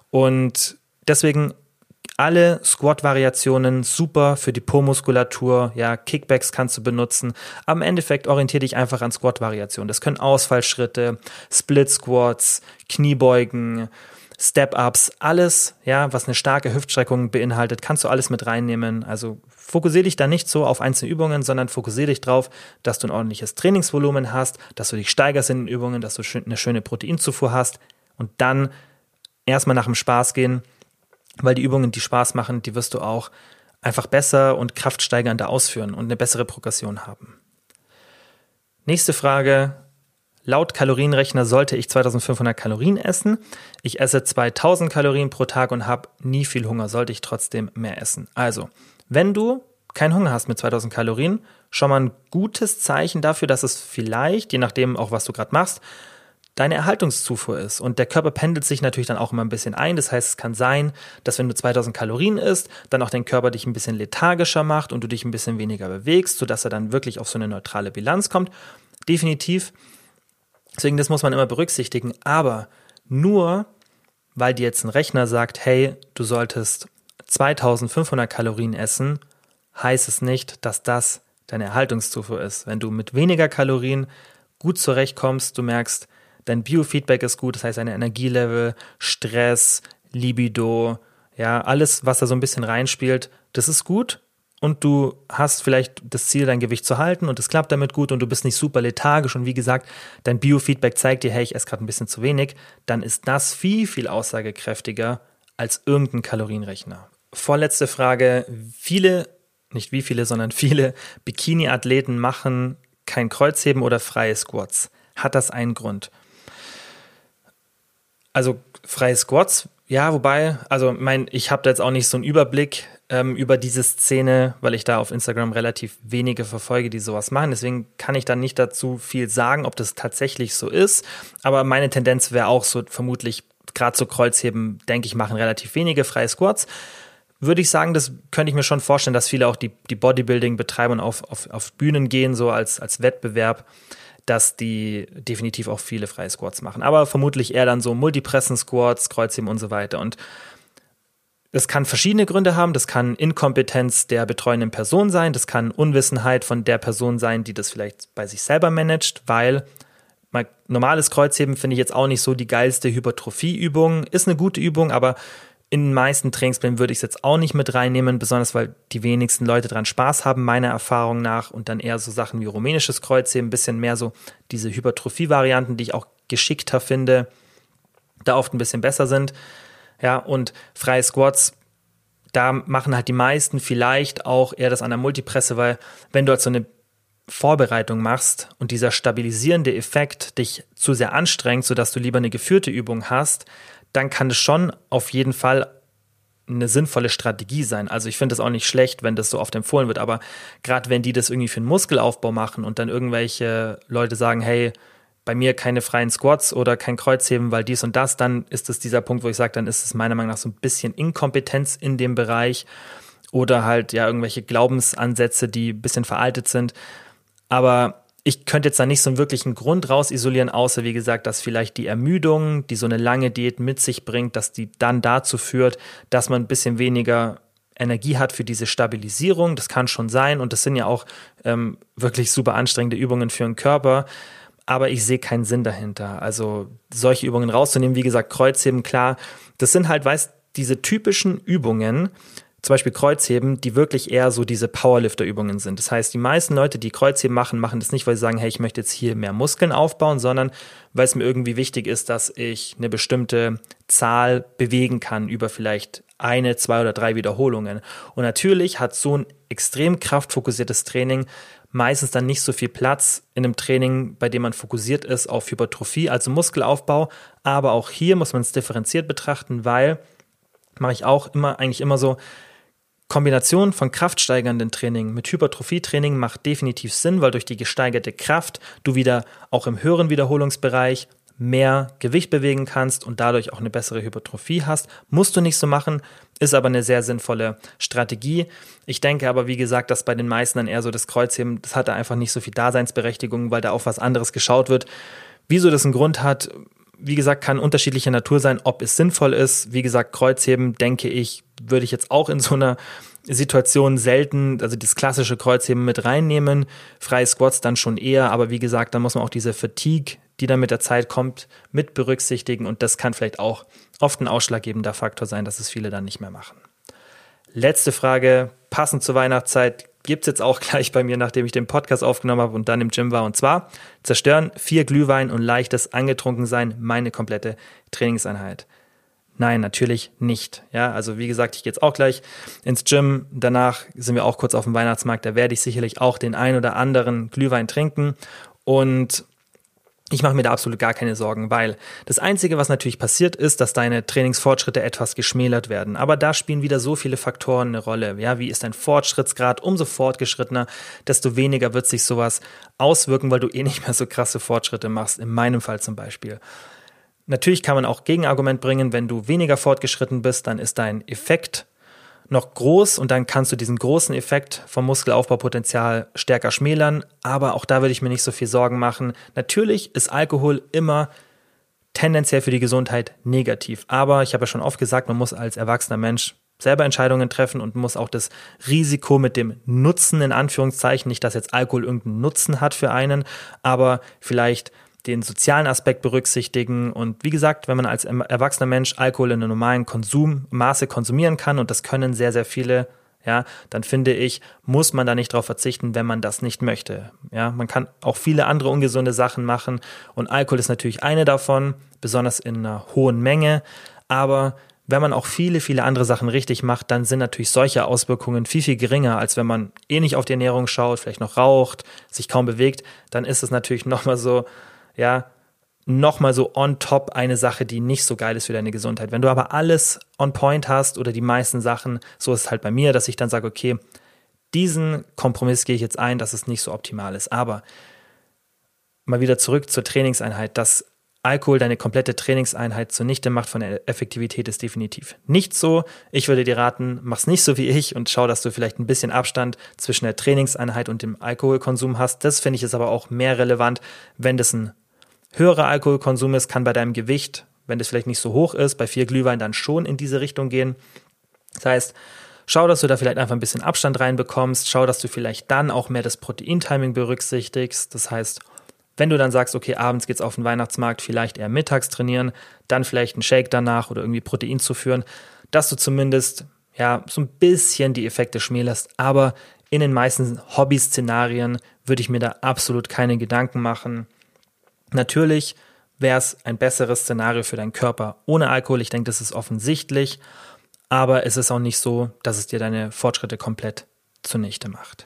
Speaker 1: Und deswegen alle Squat-Variationen super für die Po-Muskulatur, ja, Kickbacks kannst du benutzen, aber im Endeffekt orientiere dich einfach an Squat-Variationen. Das können Ausfallschritte, Split-Squats, Kniebeugen, Step-Ups, alles, ja, was eine starke Hüftstreckung beinhaltet, kannst du alles mit reinnehmen. Also fokussiere dich da nicht so auf einzelne Übungen, sondern fokussiere dich drauf, dass du ein ordentliches Trainingsvolumen hast, dass du dich steigerst in den Übungen, dass du eine schöne Proteinzufuhr hast, und dann erstmal nach dem Spaß gehen, weil die Übungen, die Spaß machen, die wirst du auch einfach besser und kraftsteigernder ausführen und eine bessere Progression haben. Nächste Frage. Laut Kalorienrechner sollte ich 2500 Kalorien essen. Ich esse 2000 Kalorien pro Tag und habe nie viel Hunger. Sollte ich trotzdem mehr essen? Also, wenn du keinen Hunger hast mit 2000 Kalorien, schon mal ein gutes Zeichen dafür, dass es vielleicht, je nachdem auch was du gerade machst, deine Erhaltungszufuhr ist. Und der Körper pendelt sich natürlich dann auch immer ein bisschen ein. Das heißt, es kann sein, dass wenn du 2000 Kalorien isst, dann auch dein Körper dich ein bisschen lethargischer macht und du dich ein bisschen weniger bewegst, sodass er dann wirklich auf so eine neutrale Bilanz kommt. Definitiv. Deswegen, das muss man immer berücksichtigen, aber nur, weil dir jetzt ein Rechner sagt, hey, du solltest 2500 Kalorien essen, heißt es nicht, dass das deine Erhaltungszufuhr ist. Wenn du mit weniger Kalorien gut zurechtkommst, du merkst, dein Biofeedback ist gut, das heißt deine Energielevel, Stress, Libido, ja, alles, was da so ein bisschen reinspielt, das ist gut, und du hast vielleicht das Ziel, dein Gewicht zu halten und es klappt damit gut und du bist nicht super lethargisch und wie gesagt, dein Biofeedback zeigt dir, hey, ich esse gerade ein bisschen zu wenig, dann ist das viel, viel aussagekräftiger als irgendein Kalorienrechner. Vorletzte Frage. Nicht wie viele, sondern viele Bikini-Athleten machen kein Kreuzheben oder freie Squats. Hat das einen Grund? Also freie Squats, ja, wobei, ich habe da jetzt auch nicht so einen Überblick über diese Szene, weil ich da auf Instagram relativ wenige verfolge, die sowas machen. Deswegen kann ich da nicht dazu viel sagen, ob das tatsächlich so ist. Aber meine Tendenz wäre auch so vermutlich, gerade so Kreuzheben, denke ich, machen relativ wenige freie Squats. Würde ich sagen, das könnte ich mir schon vorstellen, dass viele auch die Bodybuilding betreiben und auf Bühnen gehen, so als Wettbewerb, dass die definitiv auch viele freie Squats machen. Aber vermutlich eher dann so Multipressen-Squats, Kreuzheben und so weiter. Und das kann verschiedene Gründe haben. Das kann Inkompetenz der betreuenden Person sein. Das kann Unwissenheit von der Person sein, die das vielleicht bei sich selber managt, weil normales Kreuzheben finde ich jetzt auch nicht so die geilste Hypertrophie-Übung. Ist eine gute Übung, aber in den meisten Trainingsplänen würde ich es jetzt auch nicht mit reinnehmen, besonders weil die wenigsten Leute dran Spaß haben, meiner Erfahrung nach. Und dann eher so Sachen wie rumänisches Kreuzheben, ein bisschen mehr so diese Hypertrophie-Varianten, die ich auch geschickter finde, da oft ein bisschen besser sind. Ja, und freie Squats, da machen halt die meisten vielleicht auch eher das an der Multipresse, weil wenn du halt so eine Vorbereitung machst und dieser stabilisierende Effekt dich zu sehr anstrengt, sodass du lieber eine geführte Übung hast, dann kann das schon auf jeden Fall eine sinnvolle Strategie sein. Also ich finde es auch nicht schlecht, wenn das so oft empfohlen wird, aber gerade wenn die das irgendwie für einen Muskelaufbau machen und dann irgendwelche Leute sagen, hey, bei mir keine freien Squats oder kein Kreuzheben, weil dies und das, dann ist es dieser Punkt, wo ich sage, dann ist es meiner Meinung nach so ein bisschen Inkompetenz in dem Bereich oder halt ja irgendwelche Glaubensansätze, die ein bisschen veraltet sind. Aber ich könnte jetzt da nicht so einen wirklichen Grund raus isolieren, außer wie gesagt, dass vielleicht die Ermüdung, die so eine lange Diät mit sich bringt, dass die dann dazu führt, dass man ein bisschen weniger Energie hat für diese Stabilisierung. Das kann schon sein und das sind ja auch wirklich super anstrengende Übungen für den Körper. Aber ich sehe keinen Sinn dahinter. Also solche Übungen rauszunehmen, wie gesagt, Kreuzheben, klar, das sind halt, diese typischen Übungen, zum Beispiel Kreuzheben, die wirklich eher so diese Powerlifter-Übungen sind. Das heißt, die meisten Leute, die Kreuzheben machen das nicht, weil sie sagen, hey, ich möchte jetzt hier mehr Muskeln aufbauen, sondern weil es mir irgendwie wichtig ist, dass ich eine bestimmte Zahl bewegen kann über vielleicht 1, 2 oder 3 Wiederholungen. Und natürlich hat so ein extrem kraftfokussiertes Training meistens dann nicht so viel Platz in einem Training, bei dem man fokussiert ist auf Hypertrophie, also Muskelaufbau. Aber auch hier muss man es differenziert betrachten, weil mache ich auch eigentlich immer so, Kombination von kraftsteigernden Training mit Hypertrophie-Training macht definitiv Sinn, weil durch die gesteigerte Kraft du wieder auch im höheren Wiederholungsbereich mehr Gewicht bewegen kannst und dadurch auch eine bessere Hypertrophie hast. Musst du nicht so machen, ist aber eine sehr sinnvolle Strategie. Ich denke aber, wie gesagt, dass bei den meisten dann eher so das Kreuzheben, das hat da einfach nicht so viel Daseinsberechtigung, weil da auf was anderes geschaut wird. Wieso das einen Grund hat, wie gesagt, kann unterschiedlicher Natur sein, ob es sinnvoll ist. Wie gesagt, Kreuzheben, denke ich, würde ich jetzt auch in so einer Situation selten, also das klassische Kreuzheben mit reinnehmen. Freie Squats dann schon eher, aber wie gesagt, dann muss man auch diese Fatigue, die dann mit der Zeit kommt, mit berücksichtigen und das kann vielleicht auch oft ein ausschlaggebender Faktor sein, dass es viele dann nicht mehr machen. Letzte Frage, passend zur Weihnachtszeit, gibt es jetzt auch gleich bei mir, nachdem ich den Podcast aufgenommen habe und dann im Gym war. Und zwar zerstören 4 Glühwein und leichtes Angetrunkensein meine komplette Trainingseinheit. Nein, natürlich nicht. Ja, also wie gesagt, ich gehe jetzt auch gleich ins Gym. Danach sind wir auch kurz auf dem Weihnachtsmarkt. Da werde ich sicherlich auch den ein oder anderen Glühwein trinken. Und ich mache mir da absolut gar keine Sorgen, weil das Einzige, was natürlich passiert, ist, dass deine Trainingsfortschritte etwas geschmälert werden. Aber da spielen wieder so viele Faktoren eine Rolle. Ja, wie ist dein Fortschrittsgrad? Umso fortgeschrittener, desto weniger wird sich sowas auswirken, weil du eh nicht mehr so krasse Fortschritte machst. In meinem Fall zum Beispiel. Natürlich kann man auch Gegenargument bringen, wenn du weniger fortgeschritten bist, dann ist dein Effekt noch groß und dann kannst du diesen großen Effekt vom Muskelaufbaupotenzial stärker schmälern, aber auch da würde ich mir nicht so viel Sorgen machen. Natürlich ist Alkohol immer tendenziell für die Gesundheit negativ, aber ich habe ja schon oft gesagt, man muss als erwachsener Mensch selber Entscheidungen treffen und muss auch das Risiko mit dem Nutzen in Anführungszeichen, nicht dass jetzt Alkohol irgendeinen Nutzen hat für einen, aber vielleicht den sozialen Aspekt berücksichtigen und wie gesagt, wenn man als erwachsener Mensch Alkohol in einem normalen Maße konsumieren kann und das können sehr, sehr viele ja, dann finde ich, muss man da nicht drauf verzichten, wenn man das nicht möchte. Ja, man kann auch viele andere ungesunde Sachen machen und Alkohol ist natürlich eine davon, besonders in einer hohen Menge, aber wenn man auch viele, viele andere Sachen richtig macht, dann sind natürlich solche Auswirkungen viel, viel geringer, als wenn man nicht auf die Ernährung schaut, vielleicht noch raucht, sich kaum bewegt, dann ist es natürlich nochmal so on top eine Sache, die nicht so geil ist für deine Gesundheit. Wenn du aber alles on point hast oder die meisten Sachen, so ist es halt bei mir, dass ich dann sage, okay, diesen Kompromiss gehe ich jetzt ein, dass es nicht so optimal ist. Aber mal wieder zurück zur Trainingseinheit, dass Alkohol deine komplette Trainingseinheit zunichte macht von der Effektivität ist definitiv nicht so. Ich würde dir raten, mach's nicht so wie ich und schau, dass du vielleicht ein bisschen Abstand zwischen der Trainingseinheit und dem Alkoholkonsum hast. Das finde ich ist aber auch mehr relevant, wenn das ein höherer Alkoholkonsum ist, kann bei deinem Gewicht, wenn das vielleicht nicht so hoch ist, bei 4 Glühwein dann schon in diese Richtung gehen. Das heißt, schau, dass du da vielleicht einfach ein bisschen Abstand reinbekommst, schau, dass du vielleicht dann auch mehr das Proteintiming berücksichtigst. Das heißt, wenn du dann sagst, okay, abends geht's auf den Weihnachtsmarkt, vielleicht eher mittags trainieren, dann vielleicht einen Shake danach oder irgendwie Protein zuführen, dass du zumindest so ein bisschen die Effekte schmälerst. Aber in den meisten Hobby-Szenarien würde ich mir da absolut keine Gedanken machen. Natürlich wäre es ein besseres Szenario für deinen Körper ohne Alkohol. Ich denke, das ist offensichtlich, aber es ist auch nicht so, dass es dir deine Fortschritte komplett zunichte macht.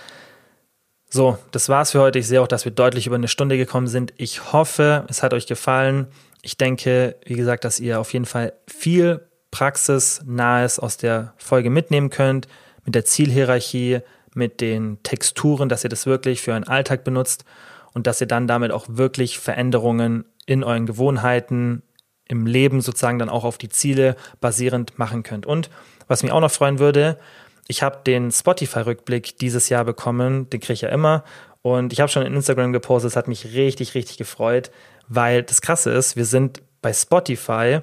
Speaker 1: So, das war's für heute. Ich sehe auch, dass wir deutlich über eine Stunde gekommen sind. Ich hoffe, es hat euch gefallen. Ich denke, wie gesagt, dass ihr auf jeden Fall viel Praxisnahes aus der Folge mitnehmen könnt, mit der Zielhierarchie, mit den Texturen, dass ihr das wirklich für euren Alltag benutzt und dass ihr dann damit auch wirklich Veränderungen in euren Gewohnheiten, im Leben sozusagen dann auch auf die Ziele basierend machen könnt. Und was mich auch noch freuen würde, ich habe den Spotify-Rückblick dieses Jahr bekommen, den kriege ich ja immer und ich habe schon in Instagram gepostet, es hat mich richtig, richtig gefreut, weil das Krasse ist, wir sind bei Spotify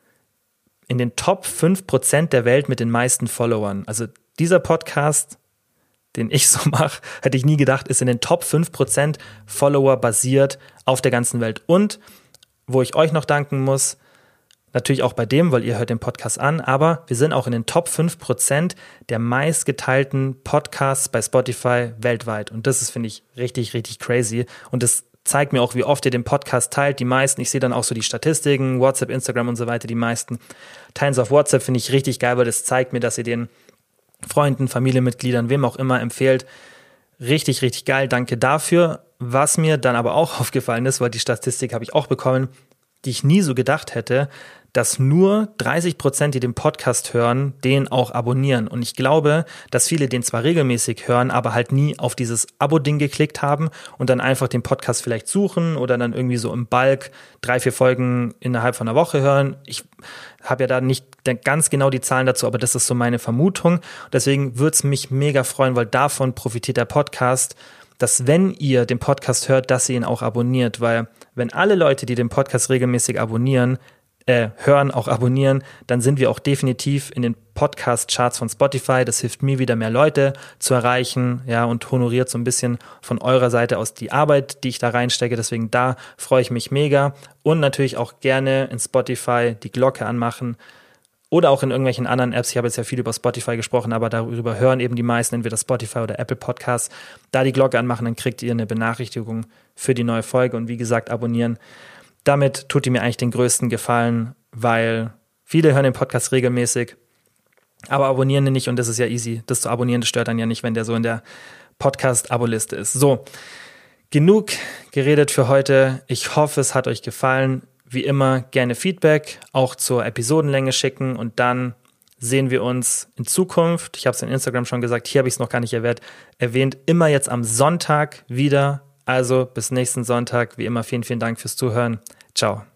Speaker 1: in den Top 5% der Welt mit den meisten Followern. Also dieser Podcast, den ich so mache, hätte ich nie gedacht, ist in den Top 5% Follower basiert auf der ganzen Welt. Und wo ich euch noch danken muss, natürlich auch bei dem, weil ihr hört den Podcast an, aber wir sind auch in den Top 5% der meistgeteilten Podcasts bei Spotify weltweit. Und das ist, finde ich, richtig, richtig crazy. Und das zeigt mir auch, wie oft ihr den Podcast teilt. Die meisten, ich sehe dann auch so die Statistiken, WhatsApp, Instagram und so weiter, die meisten teilen es auf WhatsApp, finde ich richtig geil, weil das zeigt mir, dass ihr den Freunden, Familienmitgliedern, wem auch immer empfehlt. Richtig, richtig geil, danke dafür. Was mir dann aber auch aufgefallen ist, weil die Statistik habe ich auch bekommen, die ich nie so gedacht hätte, dass nur 30%, die den Podcast hören, den auch abonnieren. Und ich glaube, dass viele den zwar regelmäßig hören, aber halt nie auf dieses Abo-Ding geklickt haben und dann einfach den Podcast vielleicht suchen oder dann irgendwie so im Bulk 3-4 Folgen innerhalb von einer Woche hören. Ich habe ja da nicht ganz genau die Zahlen dazu, aber das ist so meine Vermutung. Deswegen würde es mich mega freuen, weil davon profitiert der Podcast, dass wenn ihr den Podcast hört, dass ihr ihn auch abonniert, weil wenn alle Leute, die den Podcast regelmäßig hören, auch abonnieren, dann sind wir auch definitiv in den Podcast-Charts von Spotify. Das hilft mir wieder, mehr Leute zu erreichen, und honoriert so ein bisschen von eurer Seite aus die Arbeit, die ich da reinstecke. Deswegen da freue ich mich mega. Und natürlich auch gerne in Spotify die Glocke anmachen oder auch in irgendwelchen anderen Apps. Ich habe jetzt ja viel über Spotify gesprochen, aber darüber hören eben die meisten, entweder Spotify oder Apple Podcasts. Da die Glocke anmachen, dann kriegt ihr eine Benachrichtigung für die neue Folge. Und wie gesagt, abonnieren. Damit tut ihr mir eigentlich den größten Gefallen, weil viele hören den Podcast regelmäßig, aber abonnieren den nicht und das ist ja easy. Das zu abonnieren, das stört dann ja nicht, wenn der so in der Podcast-Abo-Liste ist. So, genug geredet für heute. Ich hoffe, es hat euch gefallen. Wie immer gerne Feedback, auch zur Episodenlänge schicken und dann sehen wir uns in Zukunft. Ich habe es in Instagram schon gesagt, hier habe ich es noch gar nicht erwähnt, immer jetzt am Sonntag wieder. Also bis nächsten Sonntag. Wie immer, vielen, vielen Dank fürs Zuhören. Ciao.